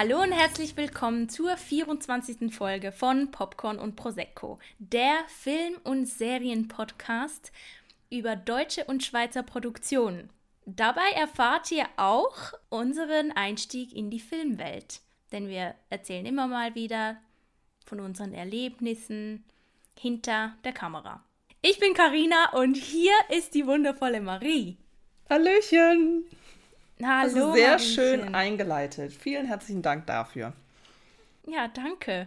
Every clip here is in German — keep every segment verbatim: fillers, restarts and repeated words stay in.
Hallo und herzlich willkommen zur vierundzwanzigsten Folge von Popcorn und Prosecco, der Film- und Serienpodcast über deutsche und Schweizer Produktionen. Dabei erfahrt ihr auch unseren Einstieg in die Filmwelt, denn wir erzählen immer mal wieder von unseren Erlebnissen hinter der Kamera. Ich bin Carina und hier ist die wundervolle Marie. Hallöchen! Hallo, das ist sehr Mariechen. schön eingeleitet. Vielen herzlichen Dank dafür. Ja, danke.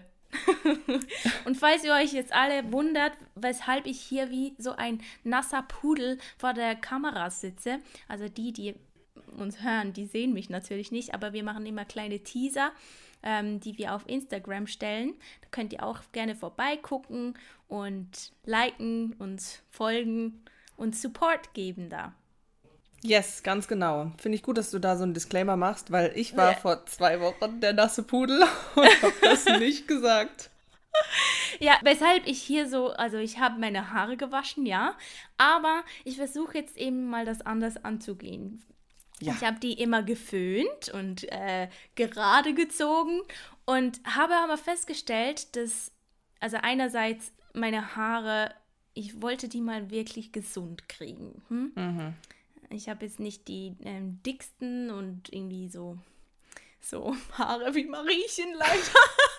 Und falls ihr euch jetzt alle wundert, weshalb ich hier wie so ein nasser Pudel vor der Kamera sitze, also die, die uns hören, die sehen mich natürlich nicht, aber wir machen immer kleine Teaser, ähm, die wir auf Instagram stellen. Da könnt ihr auch gerne vorbeigucken und liken, uns folgen und Support geben da. Yes, ganz genau. Finde ich gut, dass du da so einen Disclaimer machst, weil ich war ja. vor zwei Wochen der nasse Pudel und habe das nicht gesagt. Ja, weshalb ich hier so, also ich habe meine Haare gewaschen, ja, aber ich versuche jetzt eben mal das anders anzugehen. Ja. Ich habe die immer geföhnt und äh, gerade gezogen und habe aber festgestellt, dass, also einerseits meine Haare, ich wollte die mal wirklich gesund kriegen. Hm? Mhm. Ich habe jetzt nicht die ähm, dicksten und irgendwie so, so Haare wie Mariechen leider.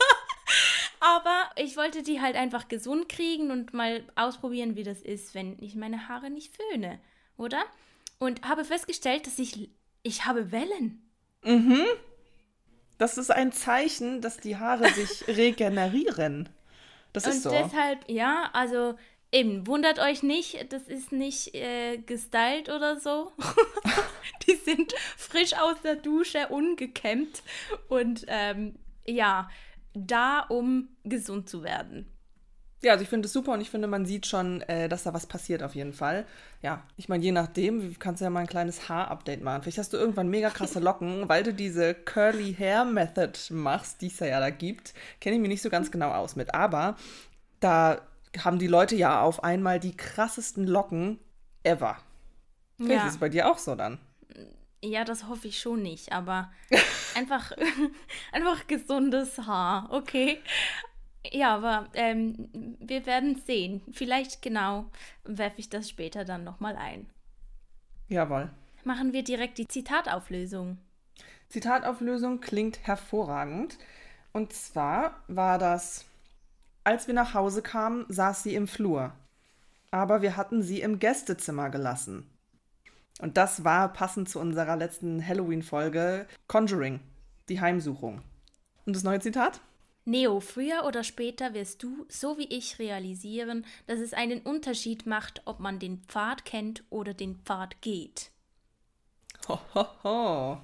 Aber ich wollte die halt einfach gesund kriegen und mal ausprobieren, wie das ist, wenn ich meine Haare nicht föhne, oder? Und habe festgestellt, dass ich, ich habe Wellen. Mhm. Das ist ein Zeichen, dass die Haare sich regenerieren. Das ist und so. Und deshalb, ja, also eben, wundert euch nicht, das ist nicht äh, gestylt oder so. Die sind frisch aus der Dusche, ungekämmt und ähm, ja, da, um gesund zu werden. Ja, also ich finde es super und ich finde, man sieht schon, äh, dass da was passiert auf jeden Fall. Ja, ich meine, je nachdem, kannst du ja mal ein kleines Haar-Update machen. Vielleicht hast du irgendwann mega krasse Locken, weil du diese Curly-Hair-Method machst, die es ja da gibt. Kenne ich mich nicht so ganz genau aus mit, aber da haben die Leute ja auf einmal die krassesten Locken ever. Vielleicht ja. ist es bei dir auch so dann. Ja, das hoffe ich schon nicht, aber einfach, einfach gesundes Haar, okay? Ja, aber ähm, wir werden sehen. Vielleicht genau werfe ich das später dann nochmal ein. Jawohl. Machen wir direkt die Zitatauflösung. Zitatauflösung klingt hervorragend. Und zwar war das: Als wir nach Hause kamen, saß sie im Flur. Aber wir hatten sie im Gästezimmer gelassen. Und das war passend zu unserer letzten Halloween-Folge Conjuring, die Heimsuchung. Und das neue Zitat? Neo, früher oder später wirst du, so wie ich, realisieren, dass es einen Unterschied macht, ob man den Pfad kennt oder den Pfad geht. Ho, ho, ho.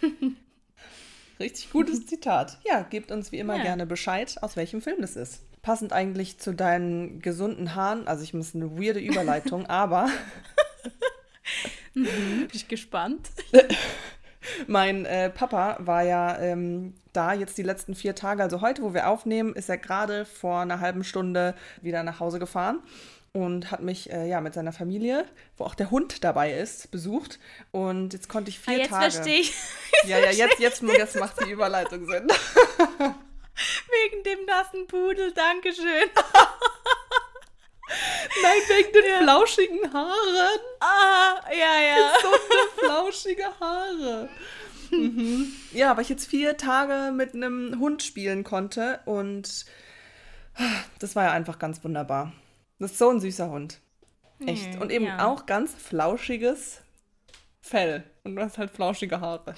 Richtig gutes Zitat. Ja, gebt uns wie immer ja. gerne Bescheid, aus welchem Film das ist. Passend eigentlich zu deinen gesunden Haaren, also ich muss eine weirde Überleitung, aber... mhm, bin ich gespannt. Mein äh, Papa war ja ähm, da jetzt die letzten vier Tage, also heute, wo wir aufnehmen, ist er gerade vor einer halben Stunde wieder nach Hause gefahren und hat mich äh, ja mit seiner Familie, wo auch der Hund dabei ist, besucht. Und jetzt konnte ich vier ah, jetzt Tage... Verstehe ich. Jetzt ja, ja, jetzt, jetzt, jetzt macht die Überleitung Sinn. Wegen dem nassen Pudel, Dankeschön. Nein, wegen den ja. flauschigen Haaren. Ah, ja, ja. Gesunde, flauschige Haare. mhm. Ja, weil ich jetzt vier Tage mit einem Hund spielen konnte und das war ja einfach ganz wunderbar. Das ist so ein süßer Hund. Echt. Und eben ja. auch ganz flauschiges Fell. Und du hast halt flauschige Haare.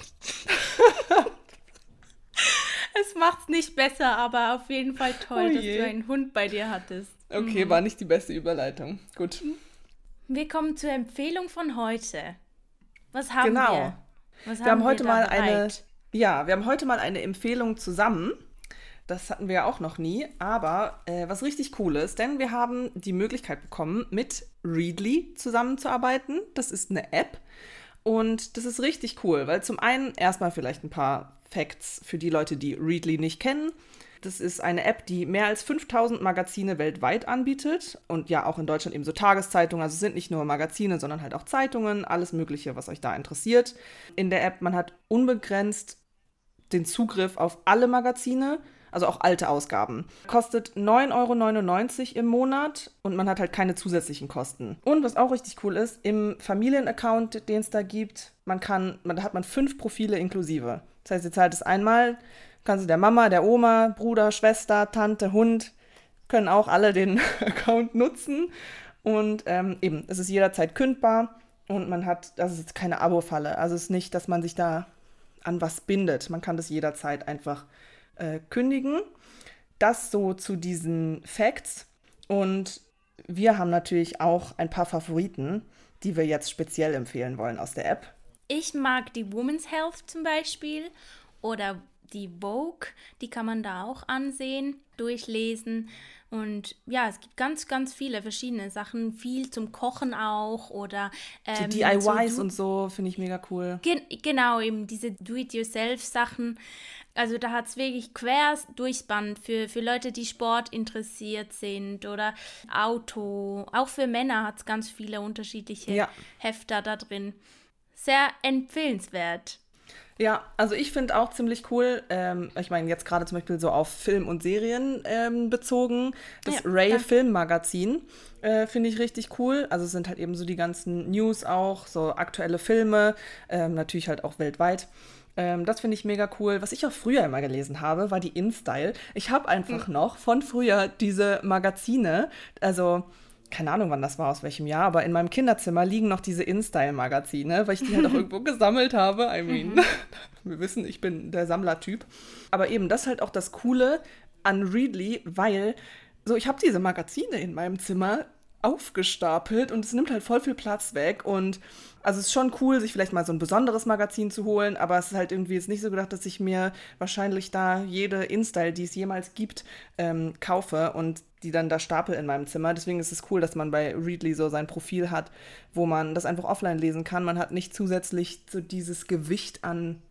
Es macht's nicht besser, aber auf jeden Fall toll, oh dass du einen Hund bei dir hattest. Okay, mhm. war nicht die beste Überleitung. Gut. Wir kommen zur Empfehlung von heute. Was haben genau. wir? Was wir haben, haben heute wir mal bereit? eine Ja, wir haben heute mal eine Empfehlung zusammen. Das hatten wir ja auch noch nie, aber äh, was richtig cool ist, denn wir haben die Möglichkeit bekommen, mit Readly zusammenzuarbeiten. Das ist eine App und das ist richtig cool, weil zum einen erstmal vielleicht ein paar Facts für die Leute, die Readly nicht kennen. Das ist eine App, die mehr als fünftausend Magazine weltweit anbietet und ja auch in Deutschland eben so Tageszeitungen. Also es sind nicht nur Magazine, sondern halt auch Zeitungen, alles Mögliche, was euch da interessiert. In der App, man hat unbegrenzt den Zugriff auf alle Magazine, also auch alte Ausgaben. Kostet neun Euro neunundneunzig im Monat und man hat halt keine zusätzlichen Kosten. Und was auch richtig cool ist, im Familienaccount, den es da gibt, man kann, man, da hat man fünf Profile inklusive. Das heißt, ihr zahlt es einmal, kannst du der Mama, der Oma, Bruder, Schwester, Tante, Hund, können auch alle den Account nutzen. Und ähm, eben, es ist jederzeit kündbar und man hat, das ist jetzt keine Abo-Falle. Also es ist nicht, dass man sich da an was bindet. Man kann das jederzeit einfach äh, kündigen. Das so zu diesen Facts. Und wir haben natürlich auch ein paar Favoriten, die wir jetzt speziell empfehlen wollen aus der App. Ich mag die Women's Health zum Beispiel oder die Vogue, die kann man da auch ansehen, durchlesen. Und ja, es gibt ganz, ganz viele verschiedene Sachen, viel zum Kochen auch oder ähm, so D I Ys so, und so, finde ich mega cool. Gen- genau, eben diese Do-it-yourself-Sachen. Also da hat es wirklich quer durchs Band für, für Leute, die Sport interessiert sind oder Auto. Auch für Männer hat es ganz viele unterschiedliche ja. Hefter da drin. Sehr empfehlenswert. Ja, also ich finde auch ziemlich cool, ähm, ich meine jetzt gerade zum Beispiel so auf Film und Serien ähm, bezogen, das ja, Ray danke. Filmmagazin äh, finde ich richtig cool. Also es sind halt eben so die ganzen News auch, so aktuelle Filme, ähm, natürlich halt auch weltweit. Ähm, das finde ich mega cool. Was ich auch früher immer gelesen habe, war die InStyle. Ich habe einfach mhm. noch von früher diese Magazine, also keine Ahnung, wann das war, aus welchem Jahr, aber in meinem Kinderzimmer liegen noch diese InStyle-Magazine, weil ich die halt auch irgendwo gesammelt habe. I mean, mhm. wir wissen, ich bin der Sammlertyp. Aber eben, das ist halt auch das Coole an Readly, weil so ich habe diese Magazine in meinem Zimmer aufgestapelt und es nimmt halt voll viel Platz weg und also es ist schon cool, sich vielleicht mal so ein besonderes Magazin zu holen, aber es ist halt irgendwie jetzt nicht so gedacht, dass ich mir wahrscheinlich da jede InStyle, die es jemals gibt, ähm, kaufe und die dann da stapel in meinem Zimmer. Deswegen ist es cool, dass man bei Readly so sein Profil hat, wo man das einfach offline lesen kann. Man hat nicht zusätzlich so dieses Gewicht an,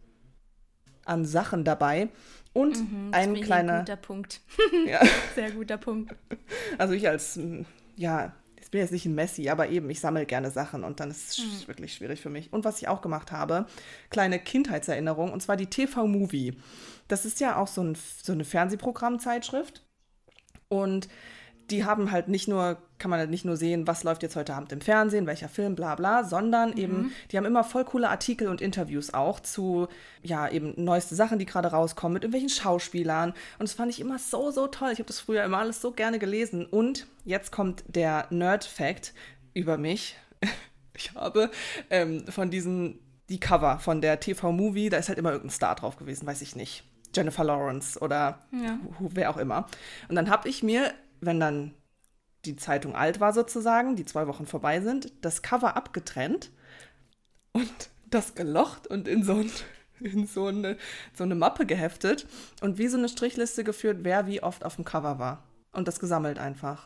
an Sachen dabei. Und mhm, ein kleiner... Ein guter Punkt. Ja. Sehr guter Punkt. Also ich als... ja, ich bin jetzt nicht ein Messi, aber eben, ich sammle gerne Sachen und dann ist es mhm. wirklich schwierig für mich. Und was ich auch gemacht habe, kleine Kindheitserinnerung, und zwar die T V-Movie. Das ist ja auch so, ein, so eine Fernsehprogrammzeitschrift und die haben halt nicht nur, kann man halt nicht nur sehen, was läuft jetzt heute Abend im Fernsehen, welcher Film, bla bla, sondern mhm. eben, die haben immer voll coole Artikel und Interviews auch zu, ja, eben neueste Sachen, die gerade rauskommen, mit irgendwelchen Schauspielern. Und das fand ich immer so, so toll. Ich habe das früher immer alles so gerne gelesen. Und jetzt kommt der Nerd-Fact über mich. Ich habe ähm, von diesen, die Cover von der T V-Movie, da ist halt immer irgendein Star drauf gewesen, weiß ich nicht. Jennifer Lawrence oder ja. wer auch immer. Und dann habe ich mir, wenn dann die Zeitung alt war sozusagen, die zwei Wochen vorbei sind, das Cover abgetrennt und das gelocht und in so, ein, in so, eine, so eine Mappe geheftet und wie so eine Strichliste geführt, wer wie oft auf dem Cover war. Und das gesammelt einfach.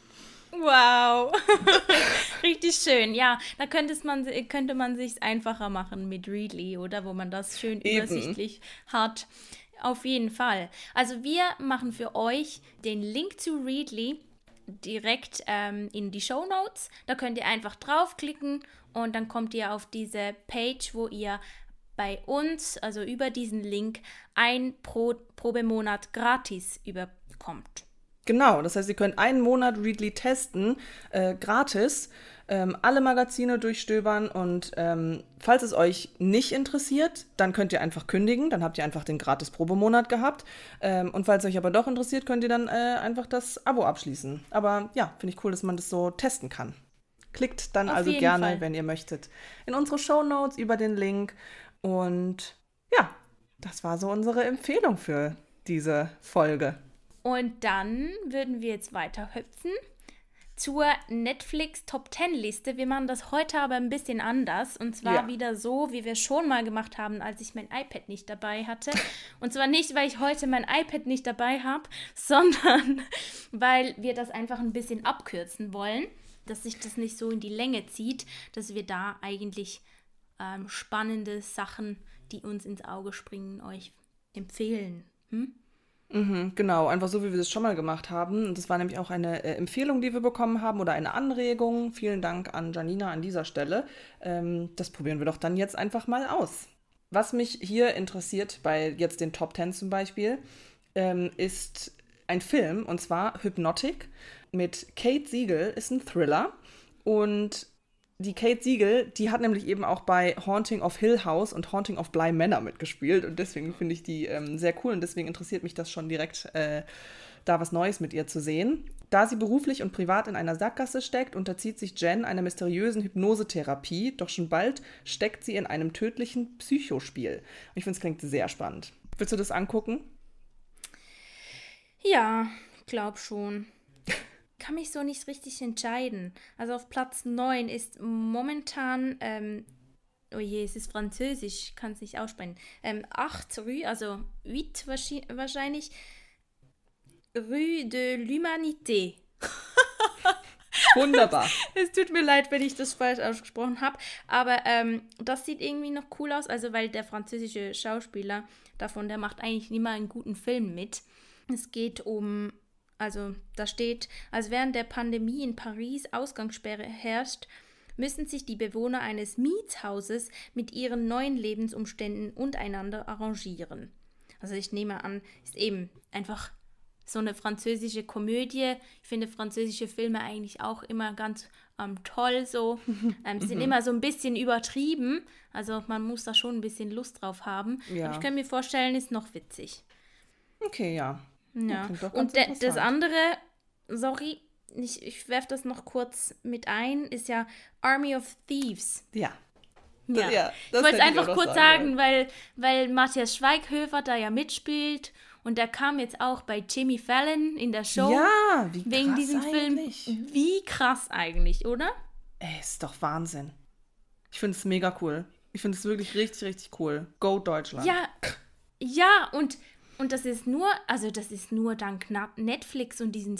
Wow, richtig schön. Ja, da könnte man, könnte man sich einfacher machen mit Readly, oder? Wo man das schön Eben. Übersichtlich hat. Auf jeden Fall. Also wir machen für euch den Link zu Readly direkt ähm, in die Shownotes. Da könnt ihr einfach draufklicken und dann kommt ihr auf diese Page, wo ihr bei uns, also über diesen Link, ein Pro- Probemonat gratis überkommt. Genau, das heißt, ihr könnt einen Monat Readly testen, äh, gratis, ähm, alle Magazine durchstöbern und ähm, falls es euch nicht interessiert, dann könnt ihr einfach kündigen, dann habt ihr einfach den gratis Probemonat gehabt ähm, und falls es euch aber doch interessiert, könnt ihr dann äh, einfach das Abo abschließen. Aber ja, finde ich cool, dass man das so testen kann. Klickt dann Auf also jeden gerne, Fall. wenn ihr möchtet, in unsere Shownotes über den Link und ja, das war so unsere Empfehlung für diese Folge. Und dann würden wir jetzt weiterhüpfen zur Netflix Top zehn Liste. Wir machen das heute aber ein bisschen anders. Und zwar Ja. wieder so, wie wir schon mal gemacht haben, als ich mein iPad nicht dabei hatte. Und zwar nicht, weil ich heute mein iPad nicht dabei habe, sondern weil wir das einfach ein bisschen abkürzen wollen, dass sich das nicht so in die Länge zieht, dass wir da eigentlich ähm, spannende Sachen, die uns ins Auge springen, euch empfehlen. Hm? Mhm, genau, einfach so, wie wir das schon mal gemacht haben. Und das war nämlich auch eine äh, Empfehlung, die wir bekommen haben oder eine Anregung. Vielen Dank an Janina an dieser Stelle. Ähm, das probieren wir doch dann jetzt einfach mal aus. was mich hier interessiert, bei jetzt den Top Ten zum Beispiel, ähm, ist ein Film, und zwar Hypnotic mit Kate Siegel, ist ein Thriller. Und die Kate Siegel, die hat nämlich eben auch bei Haunting of Hill House und Haunting of Bly Manor mitgespielt. Und deswegen finde ich die ähm, sehr cool und deswegen interessiert mich das schon direkt, äh, da was Neues mit ihr zu sehen. Da sie beruflich und privat in einer Sackgasse steckt, unterzieht sich Jen einer mysteriösen Hypnosetherapie, doch schon bald steckt sie in einem tödlichen Psychospiel. Und ich finde, es klingt sehr spannend. Willst du das angucken? Ja, glaub schon. Kann mich so nicht richtig entscheiden. Also auf Platz neun ist momentan, ähm, oh je, es ist französisch, ich kann es nicht aussprechen, ähm, acht Rue, also huit wahrscheinlich, Rue de l'Humanité. Wunderbar. Es tut mir leid, wenn ich das falsch ausgesprochen habe, aber ähm, das sieht irgendwie noch cool aus, also weil der französische Schauspieler davon, der macht eigentlich nie mal einen guten Film mit. Es geht um, also da steht, als während der Pandemie in Paris Ausgangssperre herrscht, müssen sich die Bewohner eines Mietshauses mit ihren neuen Lebensumständen untereinander arrangieren. Also ich nehme an, ist eben einfach so eine französische Komödie. Ich finde französische Filme eigentlich auch immer ganz ähm, toll so. Ähm, sind immer so ein bisschen übertrieben. Also man muss da schon ein bisschen Lust drauf haben. Ja. Aber ich kann mir vorstellen, ist noch witzig. Okay, ja. Ja. Und de- das andere, sorry, ich, ich werfe das noch kurz mit ein, ist ja Army of Thieves. Ja. Ja. ja ich wollte es einfach kurz sagen, sagen weil, weil Matthias Schweighöfer da ja mitspielt. Und der kam jetzt auch bei Jimmy Fallon in der Show. Ja, wie krass wegen diesem eigentlich. Film. Wie krass eigentlich, oder? Ey, ist doch Wahnsinn. Ich finde es mega cool. Ich finde es wirklich richtig, richtig cool. Go Deutschland. Ja, ja, und, und das ist nur, also das ist nur dank Netflix und diesen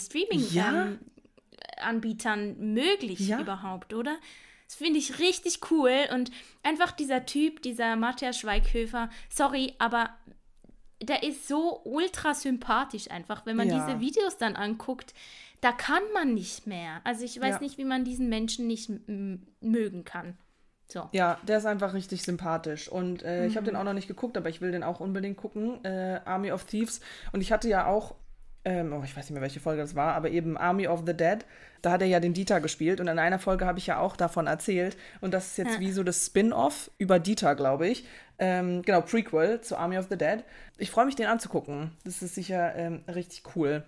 Streaming-Anbietern ja. ähm, möglich ja. überhaupt, oder? Das finde ich richtig cool. Und einfach dieser Typ, dieser Matthias Schweighöfer, sorry, aber der ist so ultra sympathisch einfach, wenn man ja. diese Videos dann anguckt, da kann man nicht mehr. Also ich weiß ja. nicht, wie man diesen Menschen nicht m- mögen kann. So. Ja, der ist einfach richtig sympathisch und äh, mhm. ich habe den auch noch nicht geguckt, aber ich will den auch unbedingt gucken, äh, Army of Thieves. Und ich hatte ja auch, ähm, oh, ich weiß nicht mehr, welche Folge das war, aber eben Army of the Dead, da hat er ja den Dieter gespielt und in einer Folge habe ich ja auch davon erzählt und das ist jetzt ja. wie so das Spin-Off über Dieter, glaube ich. Ähm, genau, Prequel zu Army of the Dead. Ich freue mich, den anzugucken. Das ist sicher ähm, richtig cool.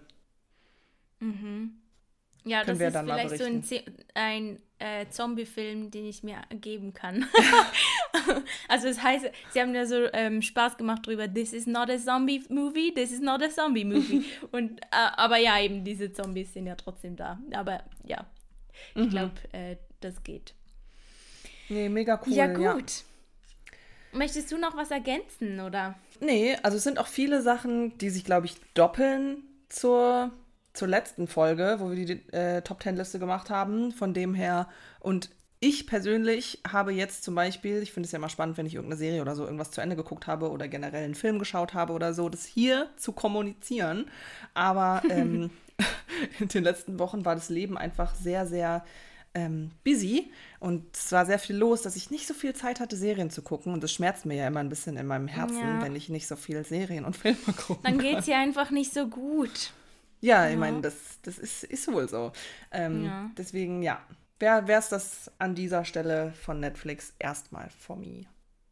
Mhm. Ja, Können das ist vielleicht so ein, Z- ein äh, Zombie-Film, den ich mir geben kann. Also das heißt, sie haben ja so ähm, Spaß gemacht drüber, this is not a zombie-movie, this is not a zombie-movie. Und, äh, aber ja, eben diese Zombies sind ja trotzdem da. Aber ja, ich mhm. glaube, äh, das geht. Nee, mega cool. Ja, gut. Ja. Möchtest du noch was ergänzen, oder? Nee, also es sind auch viele Sachen, die sich, glaube ich, doppeln zur, zur letzten Folge, wo wir die äh, Top-Ten-Liste gemacht haben. Von dem her, und ich persönlich habe jetzt zum Beispiel, ich finde es ja immer spannend, wenn ich irgendeine Serie oder so irgendwas zu Ende geguckt habe oder generell einen Film geschaut habe oder so, das hier zu kommunizieren. Aber ähm, in den letzten Wochen war das Leben einfach sehr, sehr Ähm, busy und es war sehr viel los, dass ich nicht so viel Zeit hatte, Serien zu gucken und das schmerzt mir ja immer ein bisschen in meinem Herzen, ja. wenn ich nicht so viel Serien und Filme gucke. Dann geht es ja einfach nicht so gut. Ja, ja. Ich meine, das, das ist, ist wohl so. Ähm, ja. Deswegen, ja, wäre es das an dieser Stelle von Netflix erstmal for me.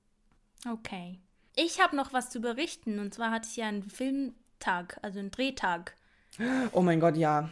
Okay. Ich habe noch was zu berichten und zwar hatte ich ja einen Filmtag, also einen Drehtag. Oh mein Gott, ja.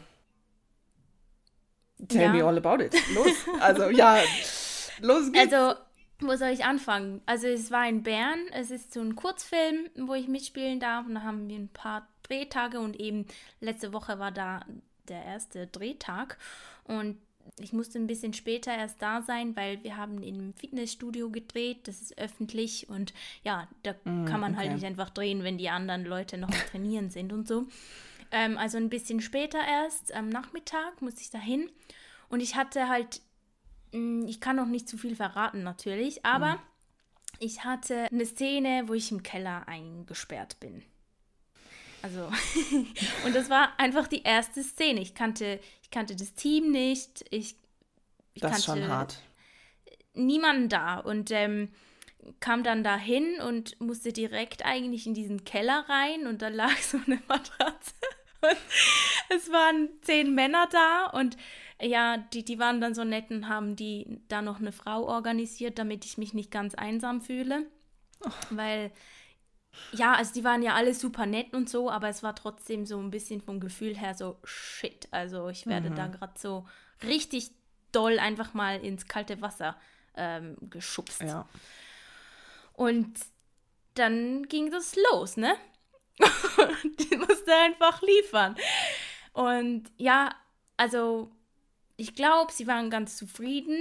Tell ja. me all about it. Los. Also, ja, los geht's. Also, wo soll ich anfangen? Also, es war in Bern. Es ist so ein Kurzfilm, wo ich mitspielen darf. Und da haben wir ein paar Drehtage. Und eben letzte Woche war da der erste Drehtag. Und ich musste ein bisschen später erst da sein, weil wir haben in einem Fitnessstudio gedreht. Das ist öffentlich. Und ja, da mm, kann man okay. halt nicht einfach drehen, wenn die anderen Leute noch am Trainieren sind und so. Ähm, also ein bisschen später erst, am Nachmittag, musste ich da hin. Und ich hatte halt, mh, ich kann noch nicht zu viel verraten natürlich, aber mhm. ich hatte eine Szene, wo ich im Keller eingesperrt bin. Also, und das war einfach die erste Szene. Ich kannte, ich kannte das Team nicht. Ich, ich das kannte ist schon hart. Niemanden da. Und ähm, kam dann da hin und musste direkt eigentlich in diesen Keller rein und da lag so eine Matratze. Und es waren zehn Männer da und ja, die, die waren dann so nett und haben die da noch eine Frau organisiert, damit ich mich nicht ganz einsam fühle. Oh. Weil, ja, also die waren ja alle super nett und so, aber es war trotzdem so ein bisschen vom Gefühl her so, shit, also ich werde mhm. da gerade so richtig doll einfach mal ins kalte Wasser ähm, geschubst. Ja. Und dann ging das los, ne? Die musste einfach liefern. Und ja, also ich glaube, sie waren ganz zufrieden.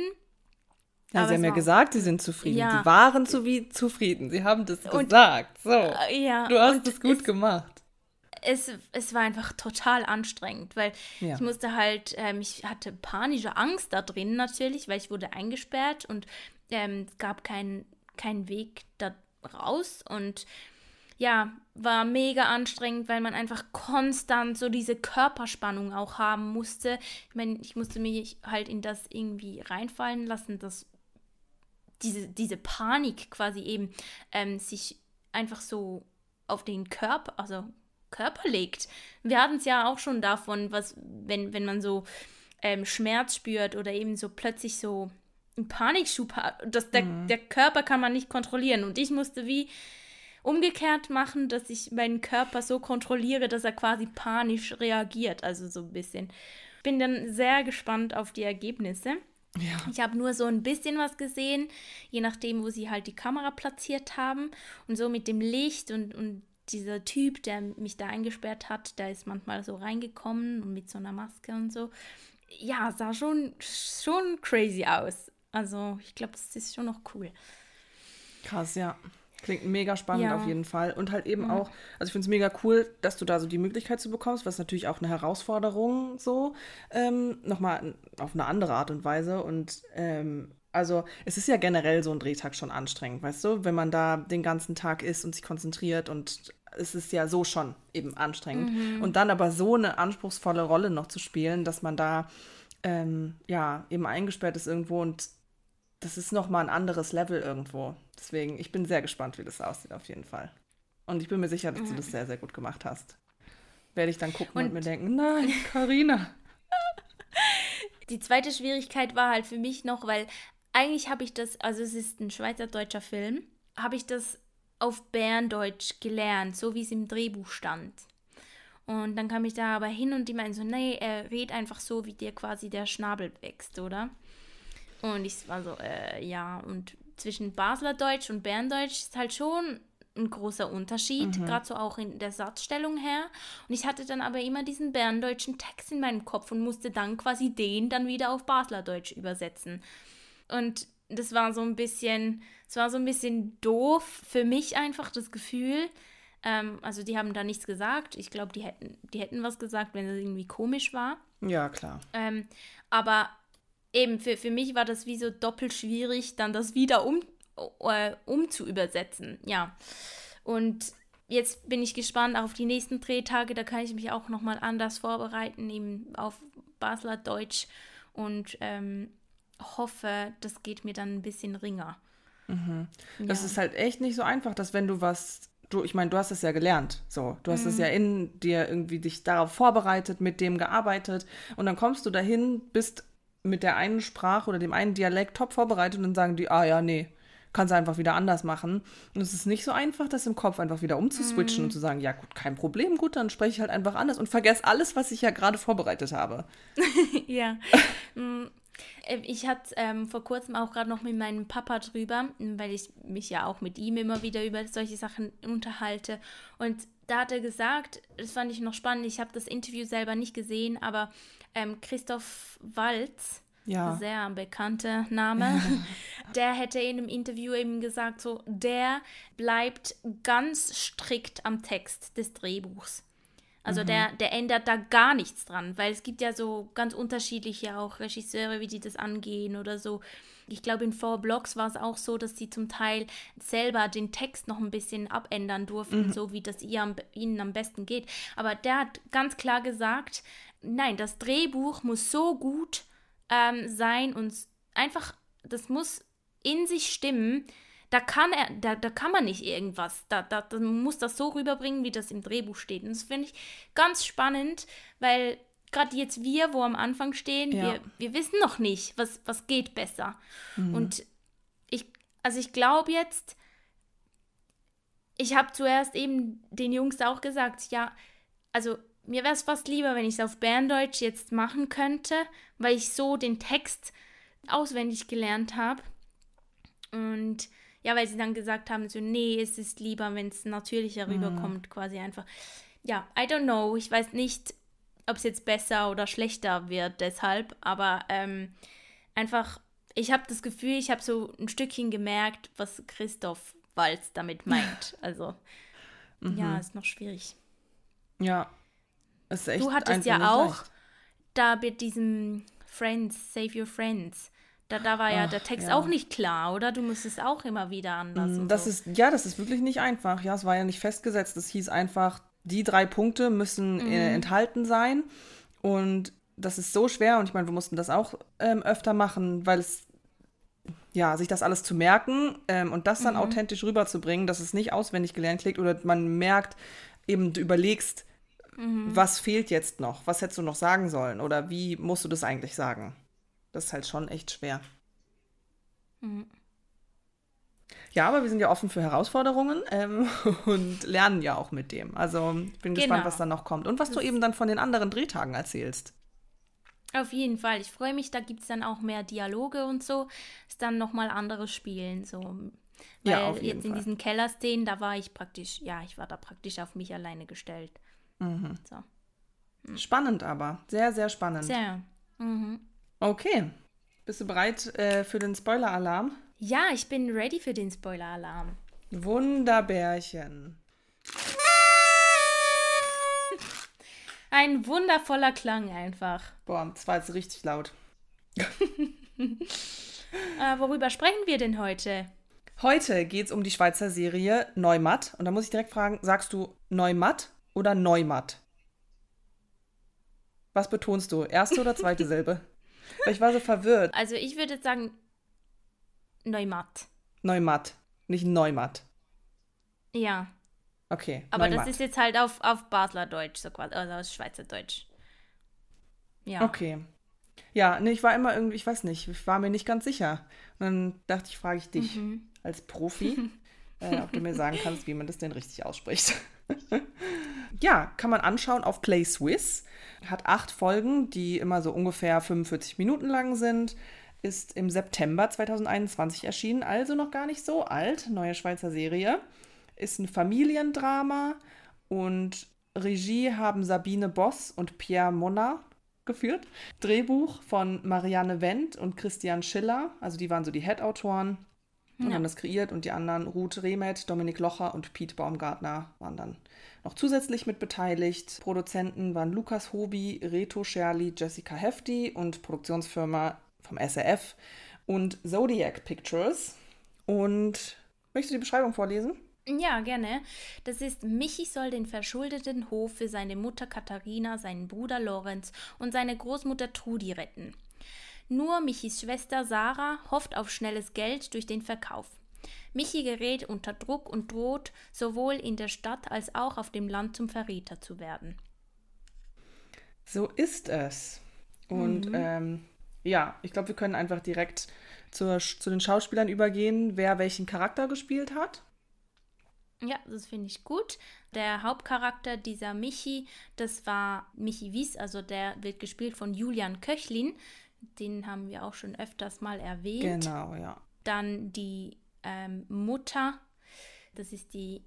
Ja, sie haben ja gesagt, sie sind zufrieden. Ja. Sie waren zu wie zufrieden. Sie haben das und, gesagt. So, äh, ja, du hast es gut es, gemacht. Es, es war einfach total anstrengend, weil ja. ich musste halt, ähm, ich hatte panische Angst da drin natürlich, weil ich wurde eingesperrt und ähm, es gab keinen keinen Weg da raus und ja, war mega anstrengend, weil man einfach konstant so diese Körperspannung auch haben musste. Ich meine, ich musste mich halt in das irgendwie reinfallen lassen, dass diese, diese Panik quasi eben ähm, sich einfach so auf den Körper, also Körper legt. Wir hatten es ja auch schon davon, was, wenn, wenn man so ähm, Schmerz spürt oder eben so plötzlich so einen Panikschub hat, dass der, mhm. der Körper kann man nicht kontrollieren. Und ich musste wie umgekehrt machen, dass ich meinen Körper so kontrolliere, dass er quasi panisch reagiert, also so ein bisschen. Bin dann sehr gespannt auf die Ergebnisse. Ja. Ich habe nur so ein bisschen was gesehen, je nachdem, wo sie halt die Kamera platziert haben. Und so mit dem Licht und, und dieser Typ, der mich da eingesperrt hat, der ist manchmal so reingekommen und mit so einer Maske und so. Ja, sah schon, schon crazy aus. Also ich glaube, das ist schon noch cool. Krass, ja. Klingt mega spannend ja. auf jeden Fall. Und halt eben mhm. auch, also ich finde es mega cool, dass du da so die Möglichkeit zu bekommst, was natürlich auch eine Herausforderung so, ähm, nochmal auf eine andere Art und Weise. Und ähm, also es ist ja generell so ein Drehtag schon anstrengend, weißt du, wenn man da den ganzen Tag ist und sich konzentriert und es ist ja so schon eben anstrengend. Mhm. Und dann aber so eine anspruchsvolle Rolle noch zu spielen, dass man da ähm, ja eben eingesperrt ist irgendwo und das ist nochmal ein anderes Level irgendwo. Deswegen, ich bin sehr gespannt, wie das aussieht auf jeden Fall. Und ich bin mir sicher, dass mhm. du das sehr, sehr gut gemacht hast. Werde ich dann gucken und, und mir denken, nein, Carina. Die zweite Schwierigkeit war halt für mich noch, weil eigentlich habe ich das, also es ist ein schweizerdeutscher Film, habe ich das auf Berndeutsch gelernt, so wie es im Drehbuch stand. Und dann kam ich da aber hin und die meinten so, nee, er redet einfach so, wie dir quasi der Schnabel wächst, oder? Und ich war so, äh, ja, und zwischen Basler Deutsch und Berndeutsch ist halt schon ein großer Unterschied, mhm. gerade so auch in der Satzstellung her. Und ich hatte dann aber immer diesen berndeutschen Text in meinem Kopf und musste dann quasi den dann wieder auf Basler Deutsch übersetzen. Und das war so ein bisschen, es war so ein bisschen doof für mich einfach, das Gefühl. Ähm, also die haben da nichts gesagt. Ich glaube, die hätten, die hätten was gesagt, wenn es irgendwie komisch war. Ja, klar. Ähm, aber eben, für, für mich war das wie so doppelt schwierig, dann das wieder um, äh, umzuübersetzen. Ja. Und jetzt bin ich gespannt auf die nächsten Drehtage. Da kann ich mich auch nochmal anders vorbereiten, eben auf Basler Deutsch. Und ähm, hoffe, das geht mir dann ein bisschen ringer. Mhm. Das ja. ist halt echt nicht so einfach, dass wenn du was... Du, ich meine, du hast es ja gelernt, so. Du hast mhm. es ja in dir irgendwie dich darauf vorbereitet, mit dem gearbeitet. Und dann kommst du dahin, bist mit der einen Sprache oder dem einen Dialekt top vorbereitet und dann sagen die, ah ja, nee, kannst du einfach wieder anders machen. Und es ist nicht so einfach, das im Kopf einfach wieder umzuswitchen mm. und zu sagen, ja gut, kein Problem, gut, dann spreche ich halt einfach anders und vergesse alles, was ich ja gerade vorbereitet habe. Ja. Ich hatte ähm, vor kurzem auch gerade noch mit meinem Papa drüber, weil ich mich ja auch mit ihm immer wieder über solche Sachen unterhalte. Und da hat er gesagt, das fand ich noch spannend, ich habe das Interview selber nicht gesehen, aber ähm, Christoph Waltz, ja. sehr bekannter Name, der hätte in einem Interview eben gesagt, so, der bleibt ganz strikt am Text des Drehbuchs. Also mhm. der, der ändert da gar nichts dran, weil es gibt ja so ganz unterschiedliche auch Regisseure, wie die das angehen oder so. Ich glaube, in Four Blocks war es auch so, dass sie zum Teil selber den Text noch ein bisschen abändern durften, mhm. so wie das ihr, ihnen am besten geht. Aber der hat ganz klar gesagt, nein, das Drehbuch muss so gut ähm, sein und einfach, das muss in sich stimmen, da kann er, da, da kann man nicht irgendwas, da, da, da muss das so rüberbringen, wie das im Drehbuch steht. Und das finde ich ganz spannend, weil gerade jetzt wir, wo am Anfang stehen, ja. wir, wir wissen noch nicht, was, was geht besser. Mhm. Und ich, also ich glaube jetzt, ich habe zuerst eben den Jungs auch gesagt, ja, also mir wäre es fast lieber, wenn ich es auf Berndeutsch jetzt machen könnte, weil ich so den Text auswendig gelernt habe. Und ja, weil sie dann gesagt haben, so, nee, es ist lieber, wenn es natürlicher rüberkommt, mm. quasi einfach. Ja, I don't know, ich weiß nicht, ob es jetzt besser oder schlechter wird deshalb, aber ähm, einfach, ich habe das Gefühl, ich habe so ein Stückchen gemerkt, was Christoph Waltz damit meint. Also, mhm. ja, ist noch schwierig. Ja, ist echt. Du hattest ja auch leicht. Da mit diesem Friends, Save Your Friends, da, da war ja Ach, der Text ja. auch nicht klar, oder? Du musstest auch immer wieder anders. Das so. ist, ja, das ist wirklich nicht einfach. Ja, es war ja nicht festgesetzt. Es hieß einfach, die drei Punkte müssen mhm. äh, enthalten sein. Und das ist so schwer. Und ich meine, wir mussten das auch ähm, öfter machen, weil es, ja, sich das alles zu merken ähm, und das dann mhm. authentisch rüberzubringen, dass es nicht auswendig gelernt klingt oder man merkt, eben du überlegst, mhm. was fehlt jetzt noch? Was hättest du noch sagen sollen? Oder wie musst du das eigentlich sagen? Das ist halt schon echt schwer. Mhm. Ja, aber wir sind ja offen für Herausforderungen ähm, und lernen ja auch mit dem. Also bin genau. gespannt, was dann noch kommt. Und was das du eben dann von den anderen Drehtagen erzählst. Auf jeden Fall. Ich freue mich, da gibt es dann auch mehr Dialoge und so. Ist dann nochmal anderes Spielen. So. Weil ja, auf jeden jetzt in Fall. diesen Kellerszenen, da war ich praktisch, ja, ich war da praktisch auf mich alleine gestellt. Mhm. So. Mhm. Spannend aber. Sehr, sehr spannend. Sehr. Mhm. Okay. Bist du bereit äh, für den Spoiler-Alarm? Ja, ich bin ready für den Spoiler-Alarm. Wunderbärchen. Ein wundervoller Klang einfach. Boah, das war jetzt richtig laut. äh, worüber sprechen wir denn heute? Heute geht es um die Schweizer Serie Neumatt. Und da muss ich direkt fragen, sagst du Neumatt oder Neumatt? Was betonst du? Erste oder zweite Silbe? Weil ich war so verwirrt. Also ich würde sagen Neumatt. Neumatt, nicht Neumatt. Ja. Okay, aber Neumatt. Das ist jetzt halt auf, auf Basler Deutsch, so quasi, also auf Schweizerdeutsch. Ja. Okay. Ja, nee, ich war immer irgendwie, ich weiß nicht, ich war mir nicht ganz sicher. Und dann dachte ich, frage ich dich mhm. als Profi, äh, ob du mir sagen kannst, wie man das denn richtig ausspricht. Ja, kann man anschauen auf Play Swiss. Hat acht Folgen, die immer so ungefähr fünfundvierzig Minuten lang sind. Ist im September zweitausendeinundzwanzig erschienen, also noch gar nicht so alt. Neue Schweizer Serie. Ist ein Familiendrama und Regie haben Sabine Boss und Pierre Monnat geführt. Drehbuch von Marianne Wendt und Christian Schiller, also die waren so die Head-Autoren und ja. haben das kreiert und die anderen, Ruth Remet, Dominik Locher und Piet Baumgartner, waren dann noch zusätzlich mit beteiligt. Produzenten waren Lukas Hobi, Reto Scherli, Jessica Hefti und Produktionsfirma vom S R F und Zodiac Pictures. Und möchtest du die Beschreibung vorlesen? Ja, gerne. Das ist, Michi soll den verschuldeten Hof für seine Mutter Katharina, seinen Bruder Lorenz und seine Großmutter Trudi retten. Nur Michis Schwester Sarah hofft auf schnelles Geld durch den Verkauf. Michi gerät unter Druck und droht, sowohl in der Stadt als auch auf dem Land zum Verräter zu werden. So ist es. Und mhm. ähm, ja, ich glaube, wir können einfach direkt zur, zu den Schauspielern übergehen, wer welchen Charakter gespielt hat. Ja, das finde ich gut. Der Hauptcharakter dieser Michi, das war Michi Wies, also der wird gespielt von Julian Köchlin. Den haben wir auch schon öfters mal erwähnt. Genau, ja. Dann die ähm, Mutter, das ist die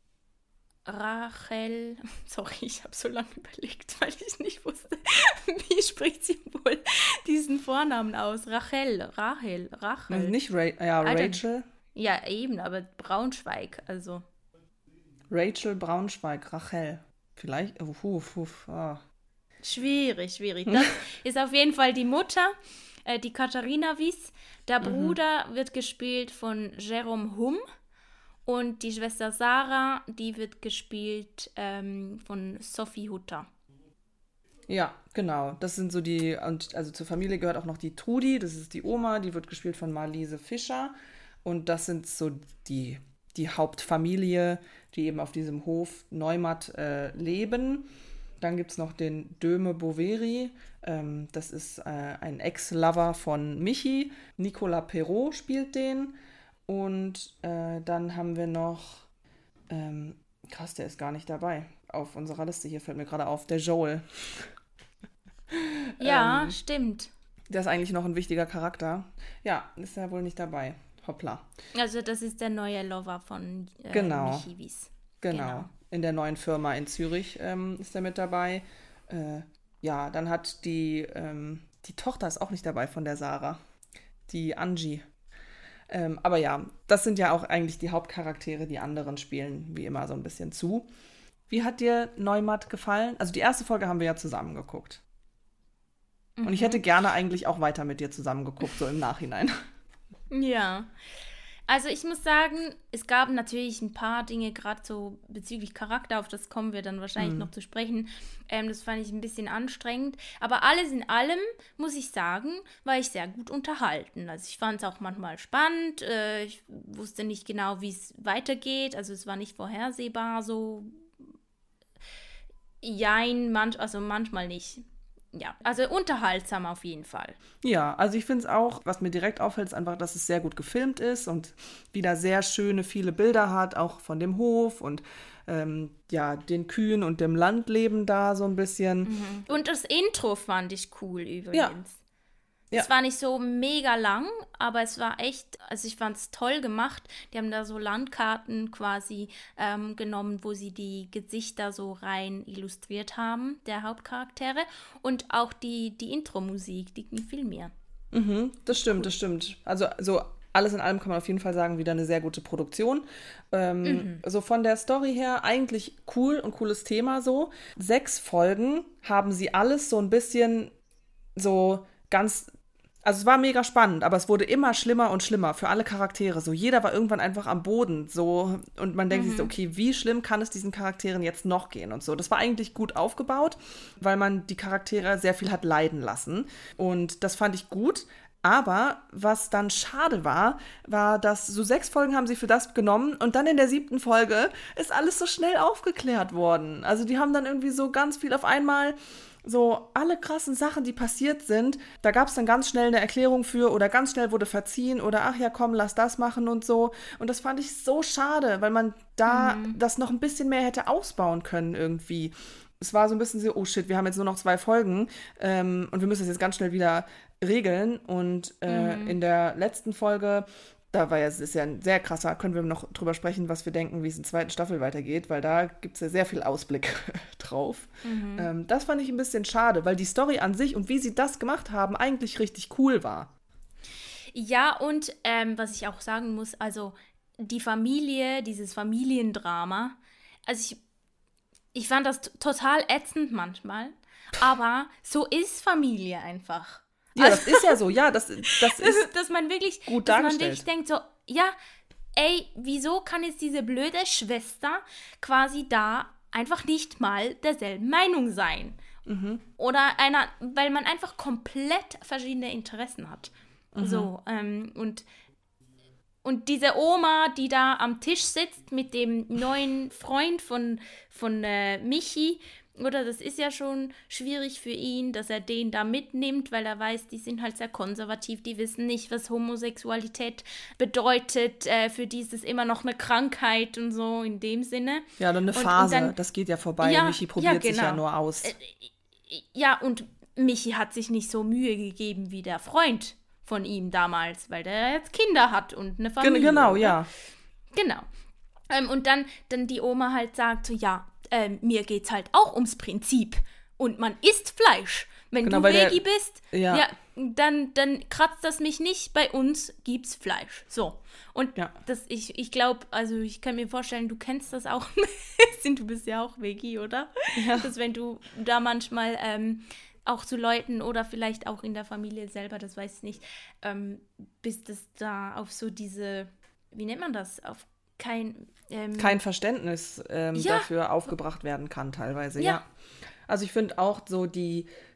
Rachel. Sorry, ich habe so lange überlegt, weil ich nicht wusste, wie spricht sie wohl diesen Vornamen aus. Rachel, Rachel, Rachel. Und nicht Ra- ja, Rachel. Ja, eben, aber Braunschweig, also. Rachel Braunschweig, Rachel. Vielleicht, uff, uff, uff, oh. Schwierig, schwierig. Das ist auf jeden Fall die Mutter, äh, die Katharina Wies. Der Bruder mhm. wird gespielt von Jérôme Hum und die Schwester Sarah, die wird gespielt ähm, von Sophie Hutter. Ja, genau. Das sind so die, und also zur Familie gehört auch noch die Trudi, das ist die Oma, die wird gespielt von Marlise Fischer. Und das sind so die, die Hauptfamilie, die eben auf diesem Hof Neumatt äh, leben. Dann gibt es noch den Döme Boveri. Ähm, das ist äh, ein Ex-Lover von Michi. Nicolas Perrault spielt den. Und äh, dann haben wir noch, ähm, krass, der ist gar nicht dabei. Auf unserer Liste hier fällt mir gerade auf, der Joel. Ja, ähm, stimmt. Der ist eigentlich noch ein wichtiger Charakter. Ja, ist ja wohl nicht dabei. Hoppla. Also das ist der neue Lover von äh, genau. Michi Wies. Genau. genau. In der neuen Firma in Zürich ähm, ist er mit dabei. Äh, ja, dann hat die, ähm, die Tochter ist auch nicht dabei von der Sarah. Die Angie. Ähm, aber ja, das sind ja auch eigentlich die Hauptcharaktere, die anderen spielen wie immer so ein bisschen zu. Wie hat dir Neumatt gefallen? Also die erste Folge haben wir ja zusammen geguckt. Mhm. Und ich hätte gerne eigentlich auch weiter mit dir zusammen geguckt, so im Nachhinein. Ja, also ich muss sagen, es gab natürlich ein paar Dinge, gerade so bezüglich Charakter, auf das kommen wir dann wahrscheinlich mhm. noch zu sprechen. Ähm, das fand ich ein bisschen anstrengend. Aber alles in allem, muss ich sagen, war ich sehr gut unterhalten. Also ich fand es auch manchmal spannend. Äh, ich wusste nicht genau, wie es weitergeht. Also es war nicht vorhersehbar so. Jein, manch, also manchmal nicht. Ja, also unterhaltsam auf jeden Fall. Ja, also ich finde es auch, was mir direkt auffällt, ist einfach, dass es sehr gut gefilmt ist und wieder sehr schöne, viele Bilder hat, auch von dem Hof und ähm, ja, den Kühen und dem Landleben da so ein bisschen. Mhm. Und das Intro fand ich cool übrigens. Ja. Es ja. war nicht so mega lang, aber es war echt, also ich fand es toll gemacht. Die haben da so Landkarten quasi ähm, genommen, wo sie die Gesichter so rein illustriert haben, der Hauptcharaktere. Und auch die, die Intro-Musik, die gefiel mir. Mhm, das stimmt, cool. das stimmt. Also so alles in allem kann man auf jeden Fall sagen, wieder eine sehr gute Produktion. Ähm, mhm. So von der Story her eigentlich cool und cooles Thema so. Sechs Folgen haben sie alles so ein bisschen so ganz... Also es war mega spannend, aber es wurde immer schlimmer und schlimmer für alle Charaktere. So jeder war irgendwann einfach am Boden. So, und man denkt mhm. sich so, okay, wie schlimm kann es diesen Charakteren jetzt noch gehen und so. Das war eigentlich gut aufgebaut, weil man die Charaktere sehr viel hat leiden lassen. Und das fand ich gut. Aber was dann schade war, war, dass so sechs Folgen haben sie für das genommen und dann in der siebten Folge ist alles so schnell aufgeklärt worden. Also die haben dann irgendwie so ganz viel auf einmal... So alle krassen Sachen, die passiert sind, da gab es dann ganz schnell eine Erklärung für oder ganz schnell wurde verziehen oder ach ja, komm, lass das machen und so. Und das fand ich so schade, weil man da mhm. das noch ein bisschen mehr hätte ausbauen können irgendwie. Es war so ein bisschen so, oh shit, wir haben jetzt nur noch zwei Folgen ähm, und wir müssen das jetzt ganz schnell wieder regeln. Und äh, mhm. in der letzten Folge... Da war ja, es ist ja ein sehr krasser, können wir noch drüber sprechen, was wir denken, wie es in der zweiten Staffel weitergeht, weil da gibt es ja sehr viel Ausblick drauf. Mhm. Ähm, das fand ich ein bisschen schade, weil die Story an sich und wie sie das gemacht haben, eigentlich richtig cool war. Ja, und ähm, was ich auch sagen muss, also die Familie, dieses Familiendrama, also ich, ich fand das t- total ätzend manchmal, aber so ist Familie einfach. Ja, das ist ja so, ja, das, das ist dass man wirklich, gut dass dargestellt. man wirklich denkt so, ja, ey, wieso kann jetzt diese blöde Schwester quasi da einfach nicht mal derselben Meinung sein? Mhm. Oder einer, weil man einfach komplett verschiedene Interessen hat. Mhm. So, ähm, und, und diese Oma, die da am Tisch sitzt mit dem neuen Freund von, von äh, Michi, oder das ist ja schon schwierig für ihn, dass er den da mitnimmt, weil er weiß, die sind halt sehr konservativ, die wissen nicht, was Homosexualität bedeutet, äh, für die ist es immer noch eine Krankheit und so in dem Sinne. Ja, oder eine Phase, und, und dann, das geht ja vorbei, ja, Michi probiert ja, genau. sich ja nur aus. Äh, ja, und Michi hat sich nicht so Mühe gegeben wie der Freund von ihm damals, weil der jetzt Kinder hat und eine Familie. Genau, oder? ja. Genau. Ähm, und dann, dann die Oma halt sagt so, ja, Ähm, mir geht's halt auch ums Prinzip. Und man isst Fleisch. Wenn genau, du Veggie der, bist, ja. ja, dann, dann kratzt das mich nicht. Bei uns gibt's Fleisch. So. Und ja. das, ich, ich glaube, also ich kann mir vorstellen, du kennst das auch ein bisschen. Du bist ja auch Veggie, oder? Ja. Dass wenn du da manchmal ähm, auch zu Leuten oder vielleicht auch in der Familie selber, das weiß ich nicht, ähm, bist es da auf so diese, wie nennt man das? Auf kein... Ähm, kein Verständnis ähm, ja. dafür aufgebracht werden kann teilweise, ja. ja. Also ich finde auch so die,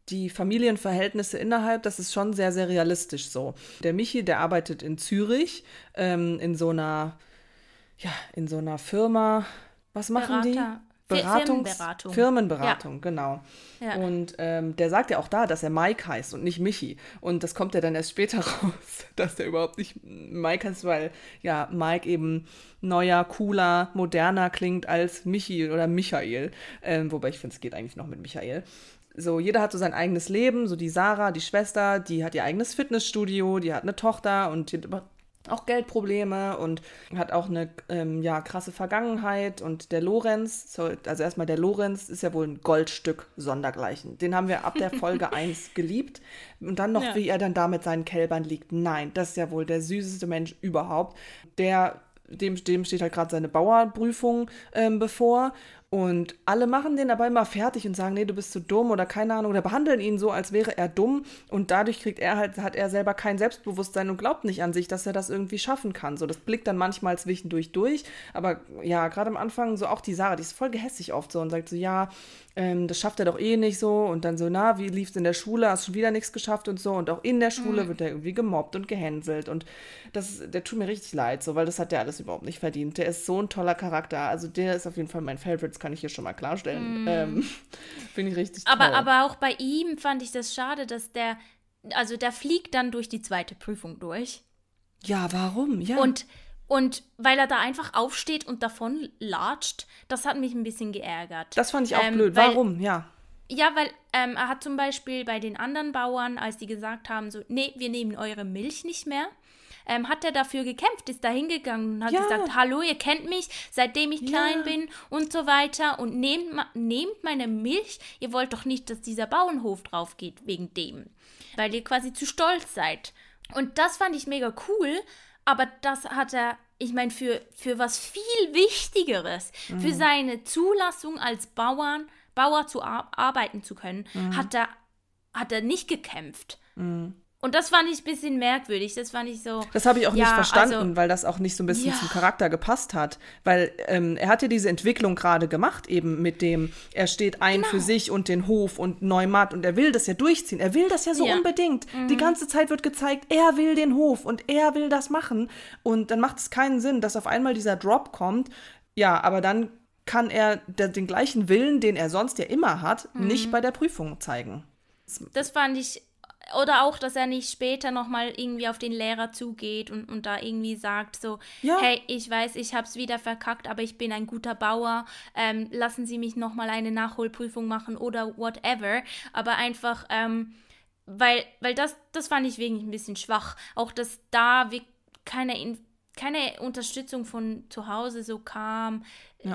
die Familienverhältnisse innerhalb, das ist schon sehr, sehr realistisch so. Der Michi, der arbeitet in Zürich, ähm, in so einer, ja, in so einer Firma, was machen Berater. die? Beratungs- Firmenberatung. Firmenberatung, ja. Genau. Ja. Und ähm, der sagt ja auch da, dass er Mike heißt und nicht Michi. Und das kommt ja dann erst später raus, dass der überhaupt nicht Mike heißt, weil ja Mike eben neuer, cooler, moderner klingt als Michi oder Michael. Ähm, wobei ich finde, es geht eigentlich noch mit Michael. So, jeder hat so sein eigenes Leben. So die Sarah, die Schwester, die hat ihr eigenes Fitnessstudio, die hat eine Tochter und die hat auch Geldprobleme und hat auch eine ähm, ja, krasse Vergangenheit. Und der Lorenz, so, also erstmal der Lorenz ist ja wohl ein Goldstück sondergleichen. Den haben wir ab der Folge eins geliebt. Und dann noch, ja. wie er dann da mit seinen Kälbern liegt. Nein, das ist ja wohl der süßeste Mensch überhaupt. Der, dem, dem steht halt gerade seine Bauernprüfung ähm, bevor. Und alle machen den aber immer fertig und sagen, nee, du bist zu dumm oder keine Ahnung, oder behandeln ihn so, als wäre er dumm. Und dadurch kriegt er halt, hat er selber kein Selbstbewusstsein und glaubt nicht an sich, dass er das irgendwie schaffen kann. So, das blickt dann manchmal zwischendurch durch. Aber ja, gerade am Anfang so auch die Sarah, die ist voll gehässig oft so und sagt so, ja, ähm, das schafft er doch eh nicht so. Und dann so, na, wie lief's in der Schule? Hast schon wieder nichts geschafft und so. Und auch in der Schule mhm. wird er irgendwie gemobbt und gehänselt. Und das, der tut mir richtig leid, so, weil das hat der alles überhaupt nicht verdient. Der ist so ein toller Charakter. Also der ist auf jeden Fall mein Favorite, kann ich hier schon mal klarstellen. Mm. Ähm, Finde ich richtig toll. Aber, aber auch bei ihm fand ich das schade, dass der, also der fliegt dann durch die zweite Prüfung durch. Ja, warum? Ja. Und, und weil er da einfach aufsteht und davon latscht, das hat mich ein bisschen geärgert. Das fand ich auch ähm, blöd. weil, warum? Ja. Ja, weil ähm, er hat zum Beispiel bei den anderen Bauern, als die gesagt haben, so, nee, wir nehmen eure Milch nicht mehr, Ähm, hat er dafür gekämpft, ist da hingegangen und hat ja. gesagt, hallo, ihr kennt mich, seitdem ich klein ja. bin und so weiter und nehmt, nehmt meine Milch, ihr wollt doch nicht, dass dieser Bauernhof drauf geht wegen dem, weil ihr quasi zu stolz seid. Und das fand ich mega cool, aber das hat er, ich meine, für, für was viel Wichtigeres, mhm. für seine Zulassung als Bauern, Bauer zu ar- arbeiten zu können, mhm. hat er, hat er nicht gekämpft. Mhm. Und das fand ich ein bisschen merkwürdig. Das fand ich so. Das habe ich auch ja, nicht verstanden, also, weil das auch nicht so ein bisschen ja. zum Charakter gepasst hat. Weil ähm, er hat ja diese Entwicklung gerade gemacht, eben mit dem, er steht ein genau. für sich und den Hof und Neumatt und er will das ja durchziehen. Er will das ja so ja. unbedingt. Mhm. Die ganze Zeit wird gezeigt, er will den Hof und er will das machen. Und dann macht es keinen Sinn, dass auf einmal dieser Drop kommt. Ja, aber dann kann er den gleichen Willen, den er sonst ja immer hat, mhm. nicht bei der Prüfung zeigen. Das fand ich. Oder auch, dass er nicht später nochmal irgendwie auf den Lehrer zugeht und, und da irgendwie sagt so, ja. hey, ich weiß, ich hab's wieder verkackt, aber ich bin ein guter Bauer, ähm, lassen Sie mich nochmal eine Nachholprüfung machen oder whatever. Aber einfach, ähm, weil, weil das, das fand ich wirklich ein bisschen schwach. Auch, dass da wir keine, keine Unterstützung von zu Hause so kam. Ja.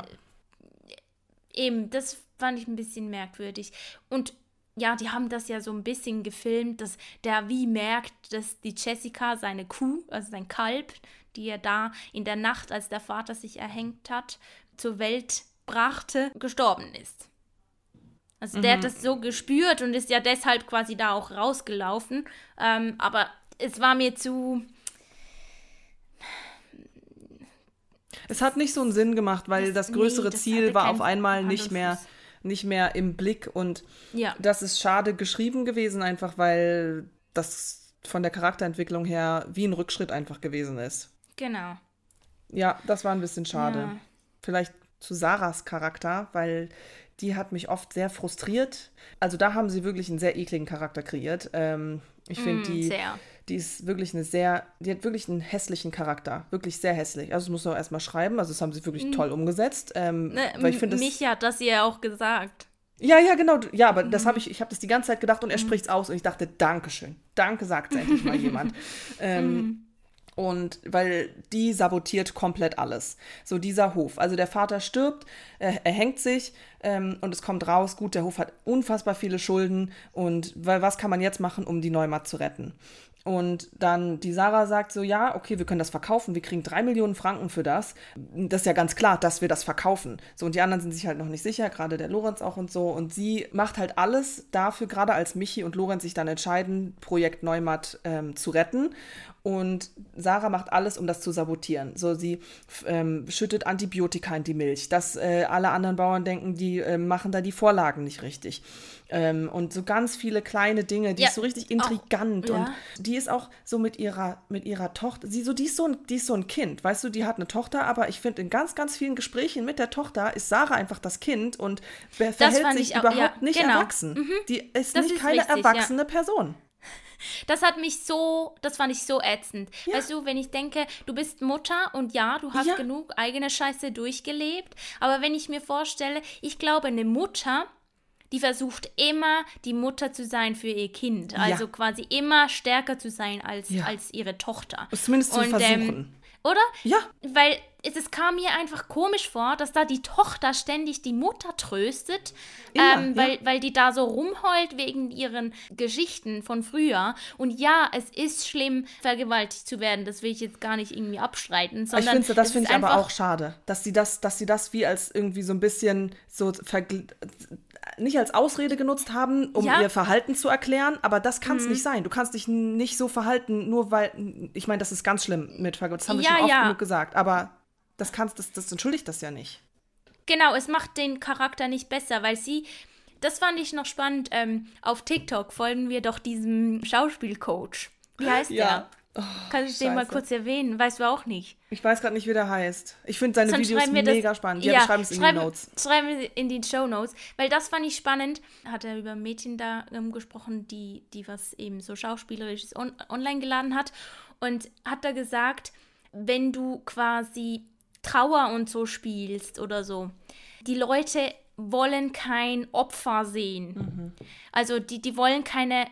Äh, eben, das fand ich ein bisschen merkwürdig. Und ja, die haben das ja so ein bisschen gefilmt, dass der wie merkt, dass die Jessica, seine Kuh, also sein Kalb, die er da in der Nacht, als der Vater sich erhängt hat, zur Welt brachte, gestorben ist. Also mhm. der hat das so gespürt und ist ja deshalb quasi da auch rausgelaufen. Ähm, aber es war mir zu... Es hat nicht so einen Sinn gemacht, weil das, das größere nee, das Ziel war auf einmal nicht mehr... nicht mehr im Blick und ja. das ist schade geschrieben gewesen, einfach weil das von der Charakterentwicklung her wie ein Rückschritt einfach gewesen ist. Genau. Ja, das war ein bisschen schade. Ja. Vielleicht zu Sarahs Charakter, weil die hat mich oft sehr frustriert. Also da haben sie wirklich einen sehr ekligen Charakter kreiert. Ähm, ich finde, mm, die, sehr. die ist wirklich eine sehr, die hat wirklich einen hässlichen Charakter. Wirklich sehr hässlich. Also das muss man auch erstmal schreiben. Also das haben sie wirklich mm. toll umgesetzt. Ähm, ne, weil ich find, das, mich hat das ja auch gesagt. Ja, ja, genau. Ja, aber mm. das habe ich, ich habe das die ganze Zeit gedacht und er mm. spricht's aus und ich dachte, Dankeschön. Danke, sagt endlich mal jemand. Ähm, mm. Und weil die sabotiert komplett alles. So dieser Hof. Also der Vater stirbt, er, er hängt sich ähm, und es kommt raus, gut, der Hof hat unfassbar viele Schulden und weil, was kann man jetzt machen, um die Neumatt zu retten? Und dann die Sarah sagt so, ja, okay, wir können das verkaufen, wir kriegen drei Millionen Franken für das. Das ist ja ganz klar, dass wir das verkaufen. So, und die anderen sind sich halt noch nicht sicher, gerade der Lorenz auch und so. Und sie macht halt alles dafür, gerade als Michi und Lorenz sich dann entscheiden, Projekt Neumatt ähm, zu retten. Und Sarah macht alles, um das zu sabotieren. So, sie ähm, schüttet Antibiotika in die Milch, dass äh, alle anderen Bauern denken, die äh, machen da die Vorlagen nicht richtig. Ähm, und so ganz viele kleine Dinge, die Ja, ist so richtig intrigant. auch, ja. Und die ist auch so mit ihrer, mit ihrer Tochter, sie so, die ist so ein, die ist so ein Kind, weißt du, die hat eine Tochter, aber ich finde, in ganz, ganz vielen Gesprächen mit der Tochter ist Sarah einfach das Kind und wer verhält sich auch, überhaupt ja, nicht genau. erwachsen. Mhm. Die ist Das nicht ist keine richtig, erwachsene ja. Person. Das hat mich so, das fand ich so ätzend. Ja. Weißt du, wenn ich denke, du bist Mutter und ja, du hast Ja. genug eigene Scheiße durchgelebt, aber wenn ich mir vorstelle, ich glaube, eine Mutter, die versucht immer, die Mutter zu sein für ihr Kind. Also Ja. quasi immer stärker zu sein als, Ja. als ihre Tochter. Zumindest zu Und, versuchen. Ähm, oder? Ja. Weil es, es kam mir einfach komisch vor, dass da die Tochter ständig die Mutter tröstet, Immer, ähm, ja. weil, weil die da so rumheult wegen ihren Geschichten von früher. Und ja, es ist schlimm, vergewaltigt zu werden. Das will ich jetzt gar nicht irgendwie abstreiten. Sondern ich finde, das es finde ist ich aber einfach- auch schade, dass sie das, dass sie das wie als irgendwie so ein bisschen so vergl- nicht als Ausrede genutzt haben, um Ja. ihr Verhalten zu erklären, aber das kann es nicht sein. Du kannst dich n- nicht so verhalten, nur weil, ich meine, das ist ganz schlimm mit Vergewaltigung, das haben wir Ja, schon oft ja. genug gesagt, aber das kannst, das, das entschuldigt das ja nicht. Genau, es macht den Charakter nicht besser, weil sie, das fand ich noch spannend, ähm, auf TikTok folgen wir doch diesem Schauspielcoach. Wie heißt Ja. der? Oh, Kannst du den mal scheiße. kurz erwähnen? Weißt du auch nicht. Ich weiß gerade nicht, wie der heißt. Ich finde seine Dann Videos schreiben wir das- mega spannend. Ja, wir schreiben es in schreiben, die Notes. Schreiben wir in die Shownotes, weil das fand ich spannend. Hat er über Mädchen da ähm, gesprochen, die, die was eben so Schauspielerisches on, online geladen hat. Und hat da gesagt, wenn du quasi Trauer und so spielst oder so, die Leute wollen kein Opfer sehen. Mhm. Also die, die wollen keine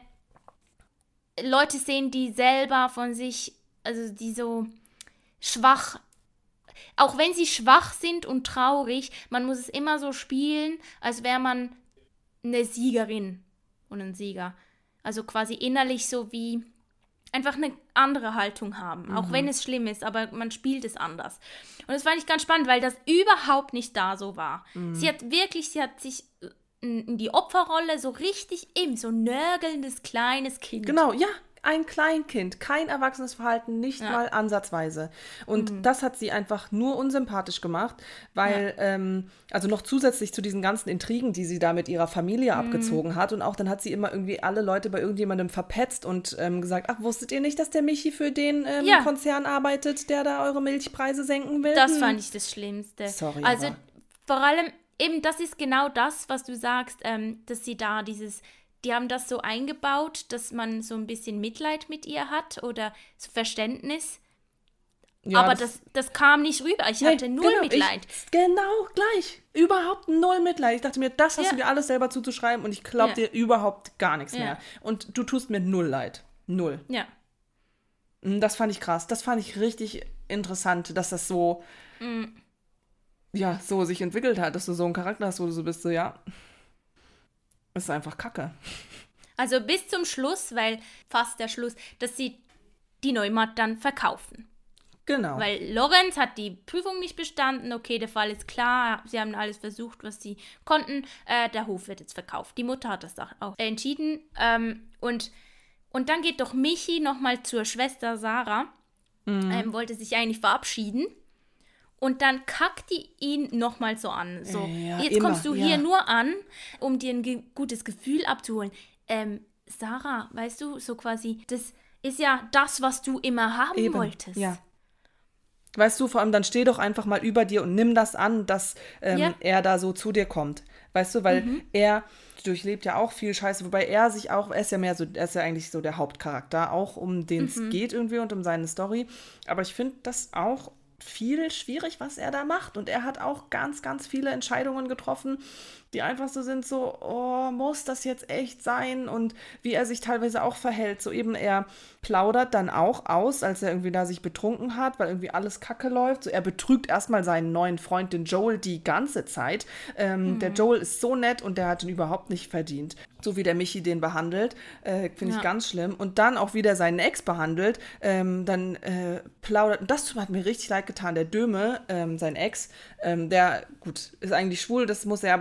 Leute sehen, die selber von sich, also die so schwach, auch wenn sie schwach sind und traurig, man muss es immer so spielen, als wäre man eine Siegerin und ein Sieger. Also quasi innerlich so wie einfach eine andere Haltung haben, auch wenn es schlimm ist, aber man spielt es anders. Und das fand ich ganz spannend, weil das überhaupt nicht da so war. Sie hat wirklich, sie hat sich in die Opferrolle so richtig im, so nörgelndes kleines Kind. Genau, ja, ein Kleinkind, kein erwachsenes Verhalten, nicht Ja. mal ansatzweise. Und das hat sie einfach nur unsympathisch gemacht, weil, ähm, also noch zusätzlich zu diesen ganzen Intrigen, die sie da mit ihrer Familie abgezogen hat und auch dann hat sie immer irgendwie alle Leute bei irgendjemandem verpetzt und ähm, gesagt, ach, wusstet ihr nicht, dass der Michi für den ähm, Ja. Konzern arbeitet, der da eure Milchpreise senken will? Das Hm. fand ich das Schlimmste. Sorry, Also aber- vor allem, eben das ist genau das, was du sagst, ähm, dass sie da dieses, die haben das so eingebaut, dass man so ein bisschen Mitleid mit ihr hat oder so Verständnis. Ja, aber das, das kam nicht rüber. Ich Nee, hatte null genau, Mitleid. Ich, genau, gleich. Überhaupt null Mitleid. Ich dachte mir, das hast Ja. du dir alles selber zuzuschreiben und ich glaube Ja. dir überhaupt gar nichts Ja. mehr. Und du tust mir null leid. Null. Ja. Mm, Das fand ich krass. Das fand ich richtig interessant, dass das so, Mm. ja, so sich entwickelt hat, dass du so einen Charakter hast, wo du so bist, so, ja, ist einfach Kacke. Also bis zum Schluss, weil fast der Schluss, dass sie die Neumatt dann verkaufen. Genau. Weil Lorenz hat die Prüfung nicht bestanden. Okay, der Fall ist klar. Sie haben alles versucht, was sie konnten. Äh, der Hof wird jetzt verkauft. Die Mutter hat das auch entschieden. Ähm, und, und dann geht doch Michi nochmal zur Schwester Sarah. Mhm. Ähm, wollte sich eigentlich verabschieden. Und dann kackt die ihn nochmal so an. So, Ja, jetzt immer, kommst du ja. hier nur an, um dir ein ge- gutes Gefühl abzuholen. Ähm, Sarah, weißt du, so quasi, das ist ja das, was du immer haben Eben, wolltest. ja. Weißt du, vor allem dann steh doch einfach mal über dir und nimm das an, dass ähm, Ja. er da so zu dir kommt. Weißt du, weil er durchlebt ja auch viel Scheiße, wobei er sich auch, er ist ja mehr so, er ist ja eigentlich so der Hauptcharakter, auch um den es geht irgendwie und um seine Story. Aber ich finde das auch viel schwierig, was er da macht. Und er hat auch ganz, ganz viele Entscheidungen getroffen, die einfach so sind, so, oh, muss das jetzt echt sein? Und wie er sich teilweise auch verhält. So eben, er plaudert dann auch aus, als er irgendwie da sich betrunken hat, weil irgendwie alles kacke läuft. So, er betrügt erstmal seinen neuen Freund, den Joel, die ganze Zeit. Ähm, Der Joel ist so nett und der hat ihn überhaupt nicht verdient. So wie der Michi den behandelt, äh, finde ich Ja. ganz schlimm. Und dann auch wieder seinen Ex behandelt, ähm, dann äh, plaudert, und das hat mir richtig leid getan, der Döme, ähm, sein Ex, ähm, der, gut, ist eigentlich schwul, das muss er aber mit sich selber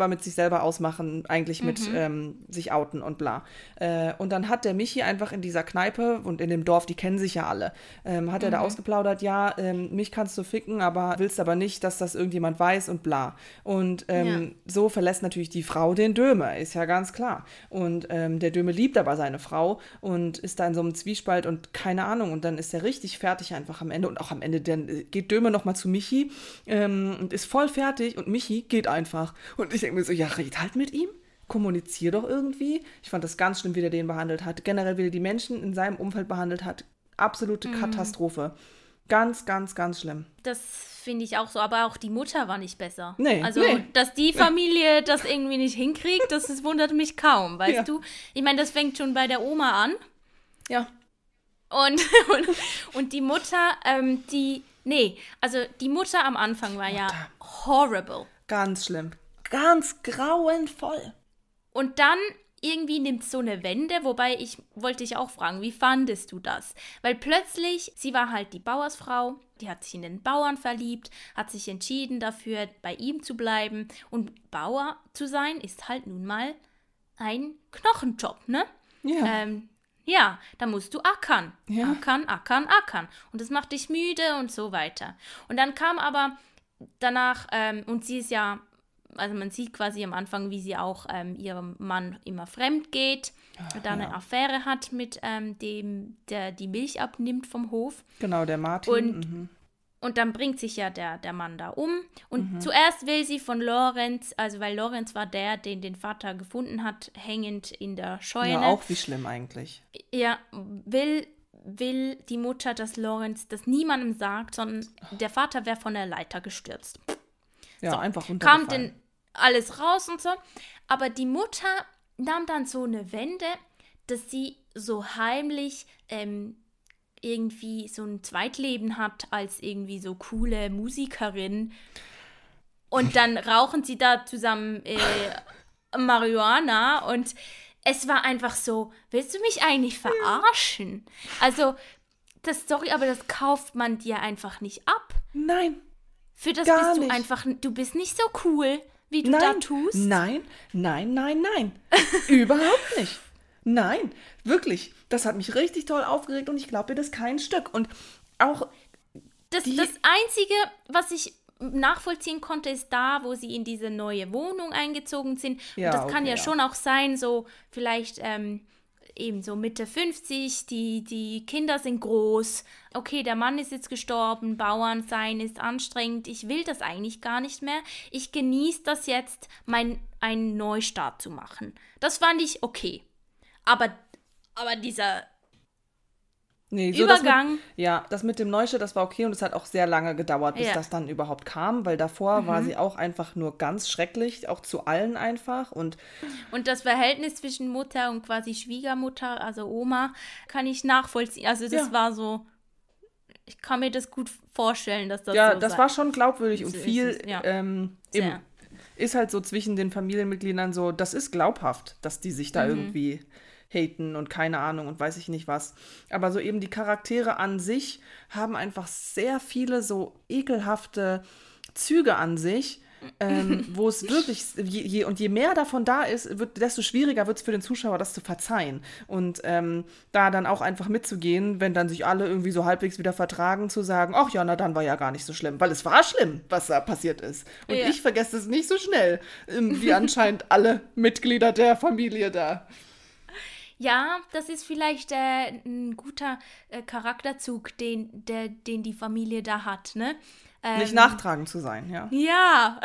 selber ausmachen, eigentlich mit Mhm. ähm, sich outen und bla. Äh, und dann hat der Michi einfach in dieser Kneipe und in dem Dorf, die kennen sich ja alle, ähm, hat er da ausgeplaudert, ja, ähm, mich kannst du ficken, aber willst aber nicht, dass das irgendjemand weiß und bla. Und ähm, so verlässt natürlich die Frau den Döme, ist ja ganz klar. Und ähm, der Döme liebt aber seine Frau und ist da in so einem Zwiespalt und keine Ahnung. Und dann ist er richtig fertig einfach am Ende. Und auch am Ende dann äh, geht Döme nochmal zu Michi ähm, und ist voll fertig und Michi geht einfach. Und ich denke mir so, ja, red halt mit ihm. Kommunizier doch irgendwie. Ich fand das ganz schlimm, wie der den behandelt hat. Generell, wie er die Menschen in seinem Umfeld behandelt hat. Absolute Katastrophe. Ganz, ganz, ganz schlimm. Das finde ich auch so, aber auch die Mutter war nicht besser. Nee, also, nee. dass die Familie das irgendwie nicht hinkriegt, das, das wundert mich kaum, weißt Ja. du? Ich meine, das fängt schon bei der Oma an. Ja. Und, und, und die Mutter, ähm, die, nee, also die Mutter am Anfang war ja horrible. Ganz schlimm. Ganz grauenvoll. Und dann irgendwie nimmt so eine Wende, wobei ich wollte dich auch fragen, wie fandest du das? Weil plötzlich, sie war halt die Bauersfrau, die hat sich in den Bauern verliebt, hat sich entschieden dafür, bei ihm zu bleiben. Und Bauer zu sein, ist halt nun mal ein Knochenjob, ne? Ja. Ähm, ja, da musst du ackern. Ja. Ackern, ackern, ackern. Und das macht dich müde und so weiter. Und dann kam aber danach, ähm, und sie ist ja, also man sieht quasi am Anfang, wie sie auch ähm, ihrem Mann immer fremd geht, da eine ja. Affäre hat mit ähm, dem, der die Milch abnimmt vom Hof. Genau, der Martin. Und, mhm. und dann bringt sich ja der, der Mann da um. Und zuerst will sie von Lorenz, also weil Lorenz war der, den den Vater gefunden hat, hängend in der Scheune. Ja, auch wie schlimm eigentlich. Ja, will, will die Mutter, dass Lorenz das niemandem sagt, sondern der Vater wäre von der Leiter gestürzt. Ja, So, einfach kam runtergefallen. denn alles raus und so. Aber die Mutter nahm dann so eine Wende, dass sie so heimlich ähm, irgendwie so ein Zweitleben hat als irgendwie so coole Musikerin. Und dann rauchen sie da zusammen äh, Marihuana und es war einfach so, willst du mich eigentlich verarschen? Also, das, sorry, aber das kauft man dir einfach nicht ab. Nein. Für das Gar bist du nicht. einfach, du bist nicht so cool, wie du Nein. da tust. Nein, nein, nein, nein. Überhaupt nicht. Nein, wirklich. Das hat mich richtig toll aufgeregt und ich glaube dir das kein Stück. Und auch Das, die- das Einzige, was ich nachvollziehen konnte, ist da, wo sie in diese neue Wohnung eingezogen sind. Ja, und das kann okay, ja, ja. schon auch sein, so vielleicht ähm, eben so Mitte fünfzig, die, die Kinder sind groß. Okay, der Mann ist jetzt gestorben, Bauern sein ist anstrengend. Ich will das eigentlich gar nicht mehr. Ich genieße das jetzt, mein, einen Neustart zu machen. Das fand ich okay. Aber, aber dieser nee, so das Übergang. Mit, ja, das mit dem Neustart, das war okay und es hat auch sehr lange gedauert, bis Ja. das dann überhaupt kam, weil davor war sie auch einfach nur ganz schrecklich, auch zu allen einfach und Und das Verhältnis zwischen Mutter und quasi Schwiegermutter, also Oma, kann ich nachvollziehen. Also das Ja. war so, ich kann mir das gut vorstellen, dass das ja, so das sei. war schon glaubwürdig und So ist viel es, ja. ähm, Sehr. eben, ist halt so zwischen den Familienmitgliedern so, das ist glaubhaft, dass die sich Mhm. da irgendwie haten und keine Ahnung und weiß ich nicht was. Aber so eben die Charaktere an sich haben einfach sehr viele so ekelhafte Züge an sich, ähm, wo es wirklich, je, je, und je mehr davon da ist, wird, desto schwieriger wird es für den Zuschauer, das zu verzeihen. Und ähm, da dann auch einfach mitzugehen, wenn dann sich alle irgendwie so halbwegs wieder vertragen, zu sagen, ach ja, na dann war ja gar nicht so schlimm, weil es war schlimm, was da passiert ist. Und Ja. ich vergesse es nicht so schnell, ähm, wie anscheinend alle Mitglieder der Familie da. Ja, das ist vielleicht äh, ein guter äh, Charakterzug, den, der, den die Familie da hat, ne? Ähm, Nicht nachtragend zu sein, ja. Ja.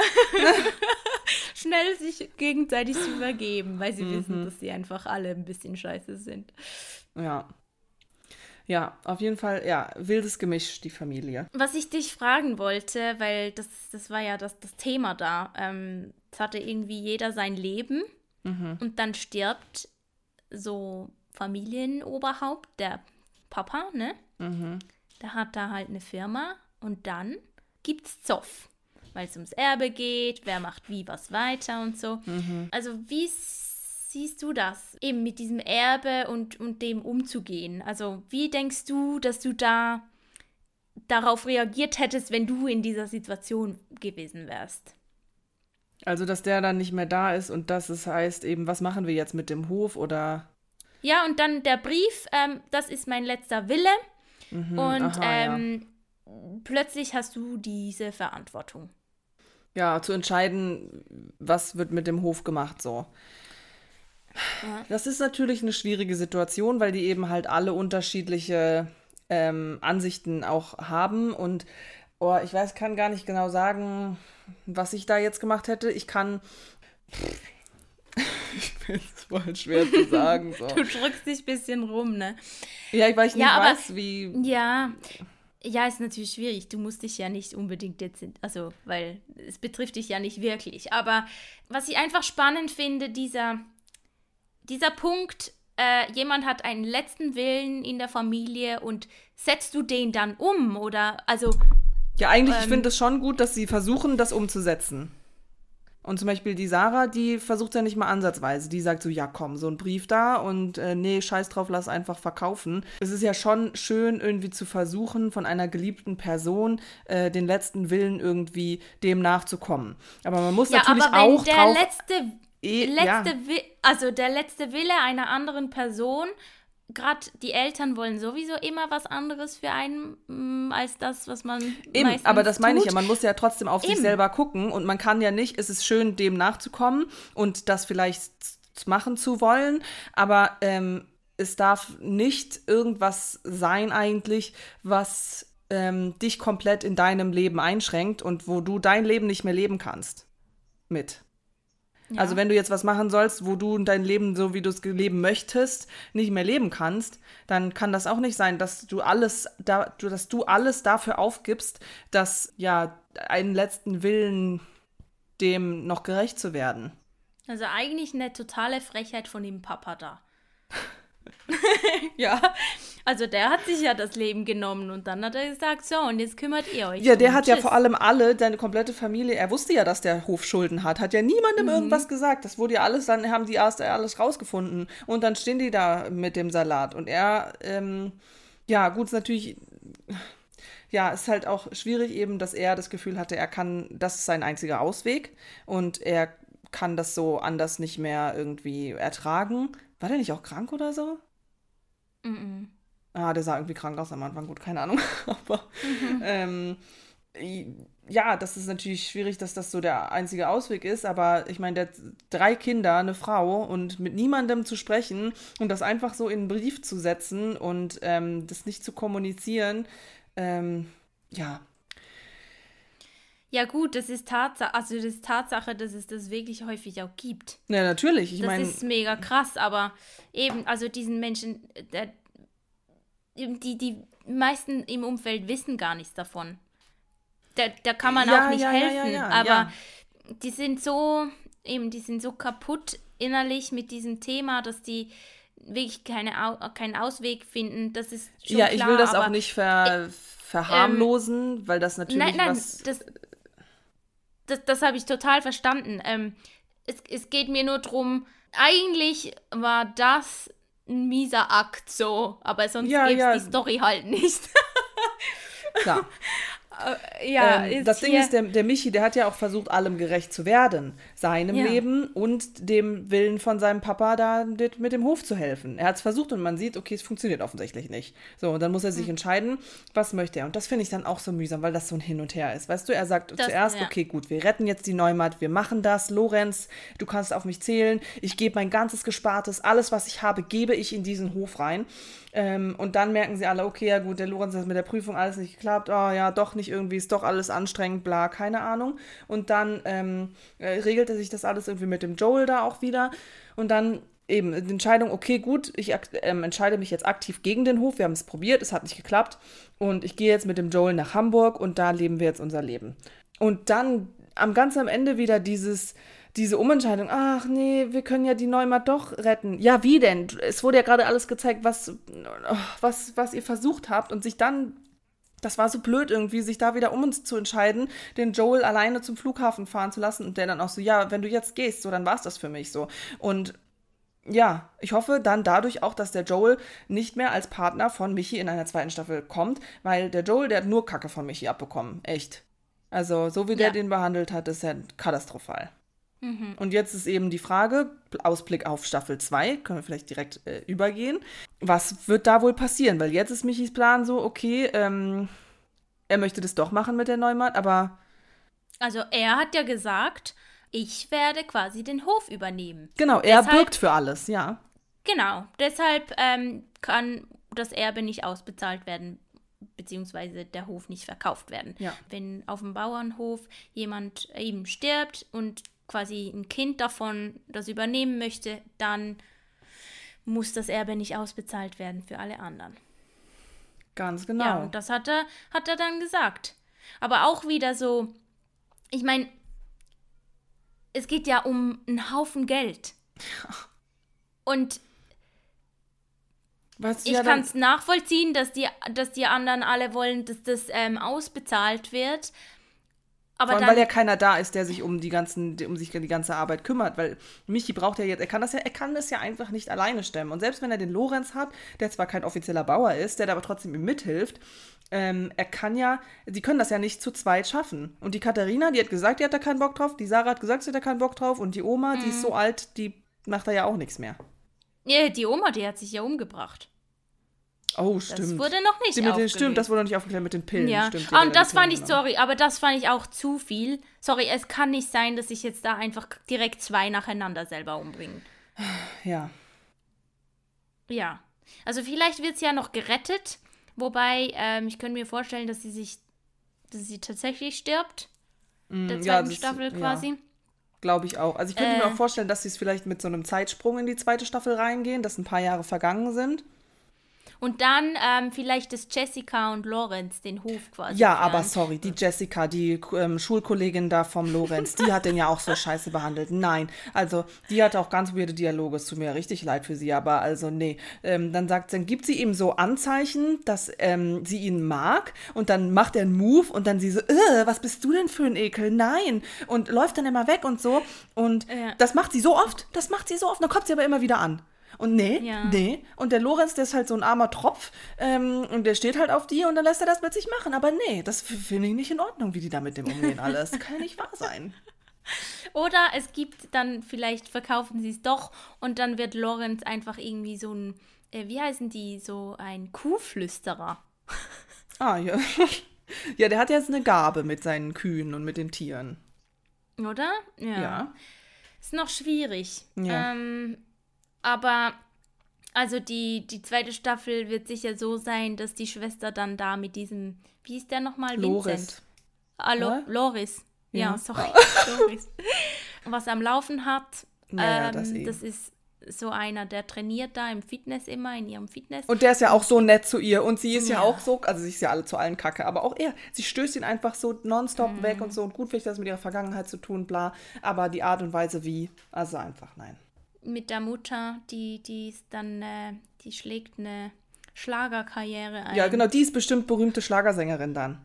Schnell sich gegenseitig zu übergeben, weil sie Mhm. wissen, dass sie einfach alle ein bisschen scheiße sind. Ja. Ja, auf jeden Fall, ja, wildes Gemisch, die Familie. Was ich dich fragen wollte, weil das, das war ja das, das Thema da. Ähm, es hatte irgendwie jeder sein Leben und dann stirbt so Familienoberhaupt, der Papa, ne? Der hat da halt eine Firma und dann gibt's Zoff, weil es ums Erbe geht, wer macht wie was weiter und so. Also wie siehst du das, eben mit diesem Erbe und, und dem umzugehen? Also wie denkst du, dass du da darauf reagiert hättest, wenn du in dieser Situation gewesen wärst? Also, dass der dann nicht mehr da ist und dass es heißt eben, was machen wir jetzt mit dem Hof oder... Ja, und dann der Brief, ähm, das ist mein letzter Wille. Mhm, und aha, ähm, ja. plötzlich hast du diese Verantwortung. Ja, zu entscheiden, was wird mit dem Hof gemacht, so. Ja. Das ist natürlich eine schwierige Situation, weil die eben halt alle unterschiedliche ähm, Ansichten auch haben und oh, ich weiß, kann gar nicht genau sagen, was ich da jetzt gemacht hätte. Ich kann... Ich finde es voll schwer zu sagen. So. Du drückst dich ein bisschen rum, ne? Ja, weil ich nicht ja, aber, weiß, wie... Ja, ja, ist natürlich schwierig. Du musst dich ja nicht unbedingt jetzt... Also, weil es betrifft dich ja nicht wirklich. Aber was ich einfach spannend finde, dieser, dieser Punkt, äh, jemand hat einen letzten Willen in der Familie und setzt du den dann um? Oder, also... Ja, eigentlich, ähm, ich finde es schon gut, dass sie versuchen, das umzusetzen. Und zum Beispiel die Sarah, die versucht ja nicht mal ansatzweise. Die sagt so, ja komm, so ein Brief da und äh, nee, scheiß drauf, lass einfach verkaufen. Es ist ja schon schön, irgendwie zu versuchen, von einer geliebten Person äh, den letzten Willen irgendwie dem nachzukommen. Aber man muss ja, natürlich aber wenn auch der drauf... letzte, eh, letzte ja. Wi- also der letzte Wille einer anderen Person... Gerade die Eltern wollen sowieso immer was anderes für einen, mh, als das, was man Eben, meistens aber das meine ich ja, tut. man muss ja trotzdem auf Eben. sich selber gucken und man kann ja nicht, es ist schön, dem nachzukommen und das vielleicht machen zu wollen, aber ähm, es darf nicht irgendwas sein eigentlich, was ähm, dich komplett in deinem Leben einschränkt und wo du dein Leben nicht mehr leben kannst mit. Ja. Also wenn du jetzt was machen sollst, wo du dein Leben, so wie du es leben möchtest, nicht mehr leben kannst, dann kann das auch nicht sein, dass du alles, da, dass du alles dafür aufgibst, dass ja einen letzten Willen dem noch gerecht zu werden. Also eigentlich eine totale Frechheit von dem Papa da. Ja, also der hat sich ja das Leben genommen und dann hat er gesagt, so, und jetzt kümmert ihr euch. Ja, der um. hat Tschüss. ja vor allem alle, deine komplette Familie, er wusste ja, dass der Hof Schulden hat, hat ja niemandem mhm. irgendwas gesagt. Das wurde ja alles, dann haben die erst alles rausgefunden und dann stehen die da mit dem Salat und er, ähm, ja, gut, ist natürlich, ja, ist halt auch schwierig eben, dass er das Gefühl hatte, er kann, das ist sein einziger Ausweg und er kann das so anders nicht mehr irgendwie ertragen. War der nicht auch krank oder so? Mhm. Ah, der sah irgendwie krank aus am Anfang, gut, keine Ahnung. Aber mhm. ähm, ja, das ist natürlich schwierig, dass das so der einzige Ausweg ist, aber ich meine, der hat drei Kinder, eine Frau und mit niemandem zu sprechen und das einfach so in einen Brief zu setzen und ähm, das nicht zu kommunizieren, ähm, ja. Ja gut, das ist Tatsache, also das ist Tatsache, dass es das wirklich häufig auch gibt. Ja, natürlich. Ich das mein, ist mega krass, aber eben, also diesen Menschen, der, die, die meisten im Umfeld wissen gar nichts davon. Da, da kann man ja, auch nicht ja, helfen, ja, ja, ja, aber ja. die sind so, eben, die sind so kaputt innerlich mit diesem Thema, dass die wirklich keine, keinen Ausweg finden. Das ist schon ja, klar. Ja, ich will das aber, auch nicht ver, verharmlosen, ähm, weil das natürlich nein, nein, was... Das, das, das habe ich total verstanden. Ähm, es, es geht mir nur darum, eigentlich war das ein mieser Akt so, aber sonst ja, gibt es ja. die Story halt nicht. Klar. Ja, ähm, das Ding ist, der, der Michi, der hat ja auch versucht, allem gerecht zu werden. Seinem ja. Leben und dem Willen von seinem Papa, da mit dem Hof zu helfen. Er hat es versucht und man sieht, okay, es funktioniert offensichtlich nicht. So, und dann muss er sich mhm. entscheiden, was möchte er. Und das finde ich dann auch so mühsam, weil das so ein Hin und Her ist. Weißt du, er sagt das, zuerst, ja. okay, gut, wir retten jetzt die Neumatt, wir machen das. Lorenz, du kannst auf mich zählen. Ich gebe mein ganzes Gespartes, alles, was ich habe, gebe ich in diesen Hof rein. Ähm, und dann merken sie alle, okay, ja gut, der Lorenz hat mit der Prüfung alles nicht geklappt, oh ja, doch nicht irgendwie, ist doch alles anstrengend, bla, keine Ahnung. Und dann ähm, äh, regelte sich das alles irgendwie mit dem Joel da auch wieder. Und dann eben die Entscheidung, okay, gut, ich ähm, entscheide mich jetzt aktiv gegen den Hof, wir haben es probiert, es hat nicht geklappt. Und ich gehe jetzt mit dem Joel nach Hamburg und da leben wir jetzt unser Leben. Und dann am ganz am Ende wieder dieses... diese Umentscheidung, ach nee, wir können ja die Neumatt doch retten. Ja, wie denn? Es wurde ja gerade alles gezeigt, was, was, was ihr versucht habt und sich dann, das war so blöd irgendwie, sich da wieder um uns zu entscheiden, den Joel alleine zum Flughafen fahren zu lassen und der dann auch so, ja, wenn du jetzt gehst, so, dann war's das für mich so. Und ja, ich hoffe dann dadurch auch, dass der Joel nicht mehr als Partner von Michi in einer zweiten Staffel kommt, weil der Joel, der hat nur Kacke von Michi abbekommen, echt. Also, so wie der ja. den behandelt hat, ist ja katastrophal. Mhm. Und jetzt ist eben die Frage, Ausblick auf Staffel zwei, können wir vielleicht direkt äh, übergehen. Was wird da wohl passieren? Weil jetzt ist Michis Plan so, okay, ähm, er möchte das doch machen mit der Neumann, aber... Also er hat ja gesagt, ich werde quasi den Hof übernehmen. Genau, er deshalb, bürgt für alles, ja. Genau, deshalb ähm, kann das Erbe nicht ausbezahlt werden, beziehungsweise der Hof nicht verkauft werden. Ja. Wenn auf dem Bauernhof jemand eben stirbt und quasi ein Kind davon das übernehmen möchte, dann muss das Erbe nicht ausbezahlt werden für alle anderen. Ganz genau. Ja, und das hat er, hat er dann gesagt. Aber auch wieder so, ich meine, es geht ja um einen Haufen Geld. Und Was, ich ja, kann es nachvollziehen, dass die, dass die anderen alle wollen, dass das ähm, ausbezahlt wird. Aber Vor allem, dann, weil ja keiner da ist, der sich um die ganzen, um sich die ganze Arbeit kümmert, weil Michi braucht ja jetzt, er kann das ja, er kann das ja einfach nicht alleine stemmen. Und selbst wenn er den Lorenz hat, der zwar kein offizieller Bauer ist, der aber trotzdem ihm mithilft, ähm, er kann ja, sie können das ja nicht zu zweit schaffen. Und die Katharina, die hat gesagt, die hat da keinen Bock drauf, die Sarah hat gesagt, sie hat da keinen Bock drauf und die Oma, mhm. die ist so alt, die macht da ja auch nichts mehr. Ja, die Oma, die hat sich ja umgebracht. Oh, stimmt. Das wurde noch nicht Stimmt, aufgelöst. Stimmt, das wurde noch nicht aufgeklärt mit den Pillen. Ja, stimmt, und das fand ich, sorry, aber das fand ich auch zu viel. Sorry, es kann nicht sein, dass ich jetzt da einfach direkt zwei nacheinander selber umbringe. Ja. Ja, also vielleicht wird es ja noch gerettet, wobei ähm, ich könnte mir vorstellen, dass sie sich, dass sie tatsächlich stirbt, mm, der ja, zweiten Staffel quasi. Ja. Glaube ich auch. Also ich könnte äh, mir auch vorstellen, dass sie es vielleicht mit so einem Zeitsprung in die zweite Staffel reingehen, dass ein paar Jahre vergangen sind. Und dann ähm, vielleicht, dass Jessica und Lorenz den Hof quasi Ja, führen. aber sorry, die Jessica, die ähm, Schulkollegin da vom Lorenz, die hat den ja auch so scheiße behandelt. Nein, also die hat auch ganz weirde Dialoge, es tut mir richtig leid für sie, aber also nee. Ähm, dann sagt, dann gibt sie ihm so Anzeichen, dass ähm, sie ihn mag und dann macht er einen Move und dann sie so, äh, was bist du denn für ein Ekel? Nein. Und läuft dann immer weg und so. Und ja. das macht sie so oft, das macht sie so oft, dann kommt sie aber immer wieder an. Und nee, ja. nee. Und der Lorenz, der ist halt so ein armer Tropf ähm, und der steht halt auf die und dann lässt er das plötzlich machen. Aber nee, das finde ich nicht in Ordnung, wie die da mit dem umgehen alles. Das kann ja nicht wahr sein. Oder es gibt dann, vielleicht verkaufen sie es doch und dann wird Lorenz einfach irgendwie so ein, äh, wie heißen die, so ein Kuhflüsterer. Ah, ja. Ja, der hat jetzt eine Gabe mit seinen Kühen und mit den Tieren. Oder? Ja. Ja. Ist noch schwierig. Ja. Ähm, Aber, also die, die zweite Staffel wird sicher so sein, dass die Schwester dann da mit diesem, wie hieß der nochmal? Loris. Vincent. Ah, Lo- Loris. Ja, Ja. sorry. Loris. Was am Laufen hat, Ja, ähm, das eh. das ist so einer, der trainiert da im Fitness immer, in ihrem Fitness. Und der ist ja auch so nett zu ihr. Und sie ist ja, Ja. auch so, also sie ist ja alle zu allen Kacke, aber auch er. Sie stößt ihn einfach so nonstop Mhm. weg und so. Und gut, vielleicht hat das mit ihrer Vergangenheit zu tun, bla. Aber die Art und Weise wie, also einfach nein. Mit der Mutter, die, die ist dann, äh, die schlägt eine Schlagerkarriere ein. Ja, genau, die ist bestimmt berühmte Schlagersängerin dann.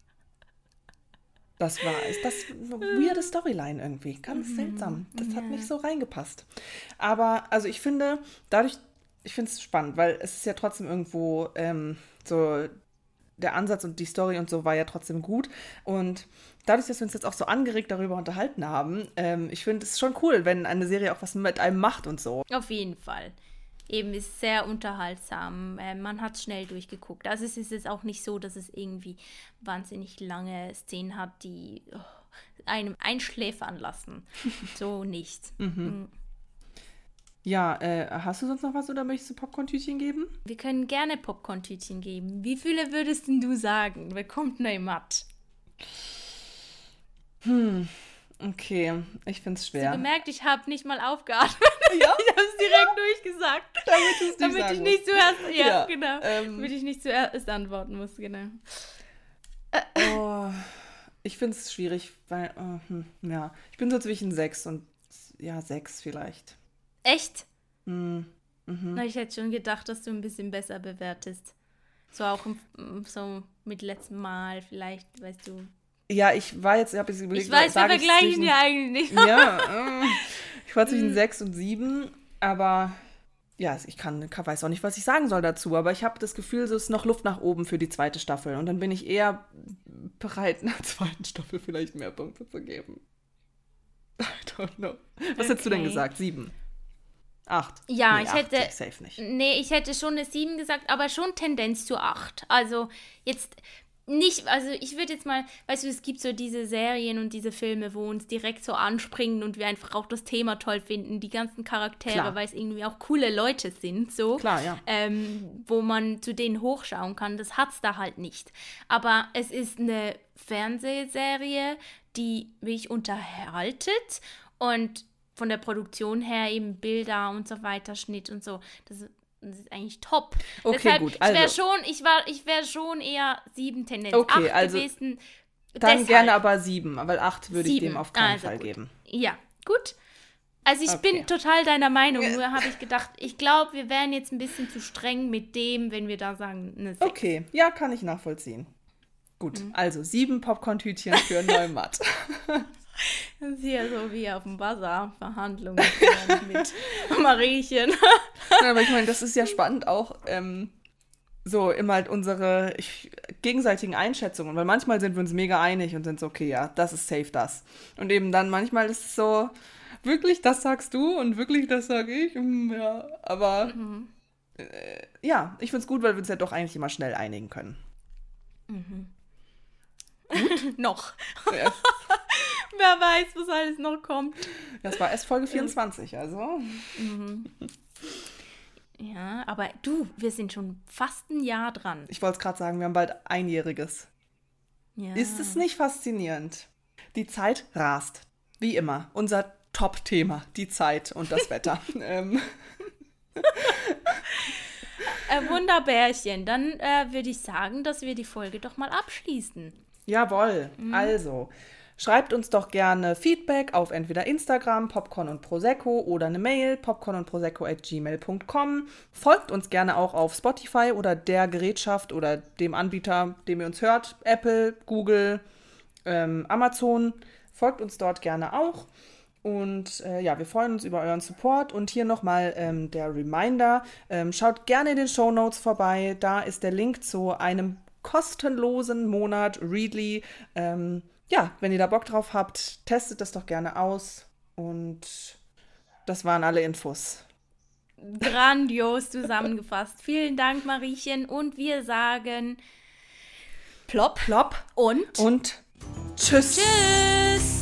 Das war, ist das eine weirde Storyline irgendwie. Ganz Mhm. seltsam. Das Ja. hat nicht so reingepasst. Aber, also ich finde, dadurch, ich finde es spannend, weil es ist ja trotzdem irgendwo ähm, so, der Ansatz und die Story und so war ja trotzdem gut. Und dadurch, dass wir uns jetzt auch so angeregt darüber unterhalten haben, ähm, ich finde es schon cool, wenn eine Serie auch was mit einem macht und so. Auf jeden Fall. Eben ist sehr unterhaltsam. Äh, man hat schnell durchgeguckt. Also es ist jetzt auch nicht so, dass es irgendwie wahnsinnig lange Szenen hat, die oh, einem einschläfern lassen. So nicht. Mhm. Ja, äh, hast du sonst noch was oder möchtest du Popcorn-Tütchen geben? Wir können gerne Popcorn-Tütchen geben. Wie viele würdest denn du sagen? Wer kommt neu matt? Hm, okay. Ich find's schwer. Hast du gemerkt, ich habe nicht mal aufgeatmet. Ja? Ich habe es direkt durchgesagt. Damit du es nicht Damit sagen ich nicht zuerst, ja, Ja, genau. ähm. Damit ich nicht zuerst antworten muss, genau. Oh, ich finde es schwierig, weil, oh, hm, ja, ich bin so zwischen sechs und, ja, sechs vielleicht. Echt? Hm, mhm. Na, ich hätte schon gedacht, dass du ein bisschen besser bewertest. So auch im, so mit letztem Mal vielleicht, weißt du. Ja, ich war jetzt, ich habe jetzt überlegt, Ich weiß, wir sage ich vergleichen zwischen- ja eigentlich nicht. Ja, äh, ich war zwischen sechs und sieben, aber ja, ich kann, kann, weiß auch nicht, was ich sagen soll dazu, aber ich habe das Gefühl, es ist noch Luft nach oben für die zweite Staffel und dann bin ich eher bereit, einer zweiten Staffel vielleicht mehr Punkte zu geben. I don't know. Was okay. hättest du denn gesagt? Sieben? Acht? Ja, nee, ich acht, hätte. Ich safe nicht. Nee, ich hätte schon eine sieben gesagt, aber schon Tendenz zu acht. Also jetzt nicht, also ich würde jetzt mal, weißt du, es gibt so diese Serien und diese Filme, wo uns direkt so anspringen und wir einfach auch das Thema toll finden, die ganzen Charaktere, weil es irgendwie auch coole Leute sind, so. Klar, ja. Ähm, wo man zu denen hochschauen kann. Das hat's da halt nicht. Aber es ist eine Fernsehserie, die mich unterhaltet und von der Produktion her eben Bilder und so weiter, Schnitt und so. Das, das ist eigentlich top. Okay, Deshalb, gut. Also. Ich wäre schon, ich war, ich wäre schon eher sieben Tendenz. Okay, acht also gewesen. Dann Deshalb. gerne aber sieben, weil acht würde ich sieben. dem auf keinen also Fall gut. geben. Ja, gut. Also ich Okay. bin total deiner Meinung, nur habe ich gedacht, ich glaube, wir wären jetzt ein bisschen zu streng mit dem, wenn wir da sagen, eine sechs. Okay, ja, kann ich nachvollziehen. Gut, mhm. also sieben Popcorn-Tütchen für Neumatt. Das ist ja so wie auf dem Bazar, Verhandlungen mit Mariechen. Ja, aber ich meine, das ist ja spannend auch, ähm, so immer halt unsere ich, gegenseitigen Einschätzungen, weil manchmal sind wir uns mega einig und sind so, okay, ja, das ist safe das. Und eben dann manchmal ist es so, wirklich, das sagst du und wirklich, das sage ich. Ja, aber mhm. äh, ja, ich finde es gut, weil wir uns ja doch eigentlich immer schnell einigen können. Mhm. Gut? Noch. Ja. Wer weiß, was alles noch kommt. Das war erst Folge vierundzwanzig, also. Mhm. Ja, aber du, wir sind schon fast ein Jahr dran. Ich wollte es gerade sagen, wir haben bald Einjähriges. Ja. Ist es nicht faszinierend? Die Zeit rast. Wie immer. Unser Top-Thema, die Zeit und das Wetter. ähm. äh, Wunderbärchen, dann äh, würde ich sagen, dass wir die Folge doch mal abschließen. Jawohl, mhm. also schreibt uns doch gerne Feedback auf entweder Instagram, Popcorn und Prosecco oder eine Mail, popcorn und prosecco at gmail punkt com. Folgt uns gerne auch auf Spotify oder der Gerätschaft oder dem Anbieter, dem ihr uns hört, Apple, Google, ähm, Amazon. Folgt uns dort gerne auch. Und äh, ja, wir freuen uns über euren Support. Und hier nochmal ähm, der Reminder, ähm, schaut gerne in den Shownotes vorbei. Da ist der Link zu einem kostenlosen Monat Readly. Ähm, ja, wenn ihr da Bock drauf habt, testet das doch gerne aus. Und das waren alle Infos. Grandios zusammengefasst. Vielen Dank, Mariechen. Und wir sagen plopp, plopp und, und tschüss. Tschüss.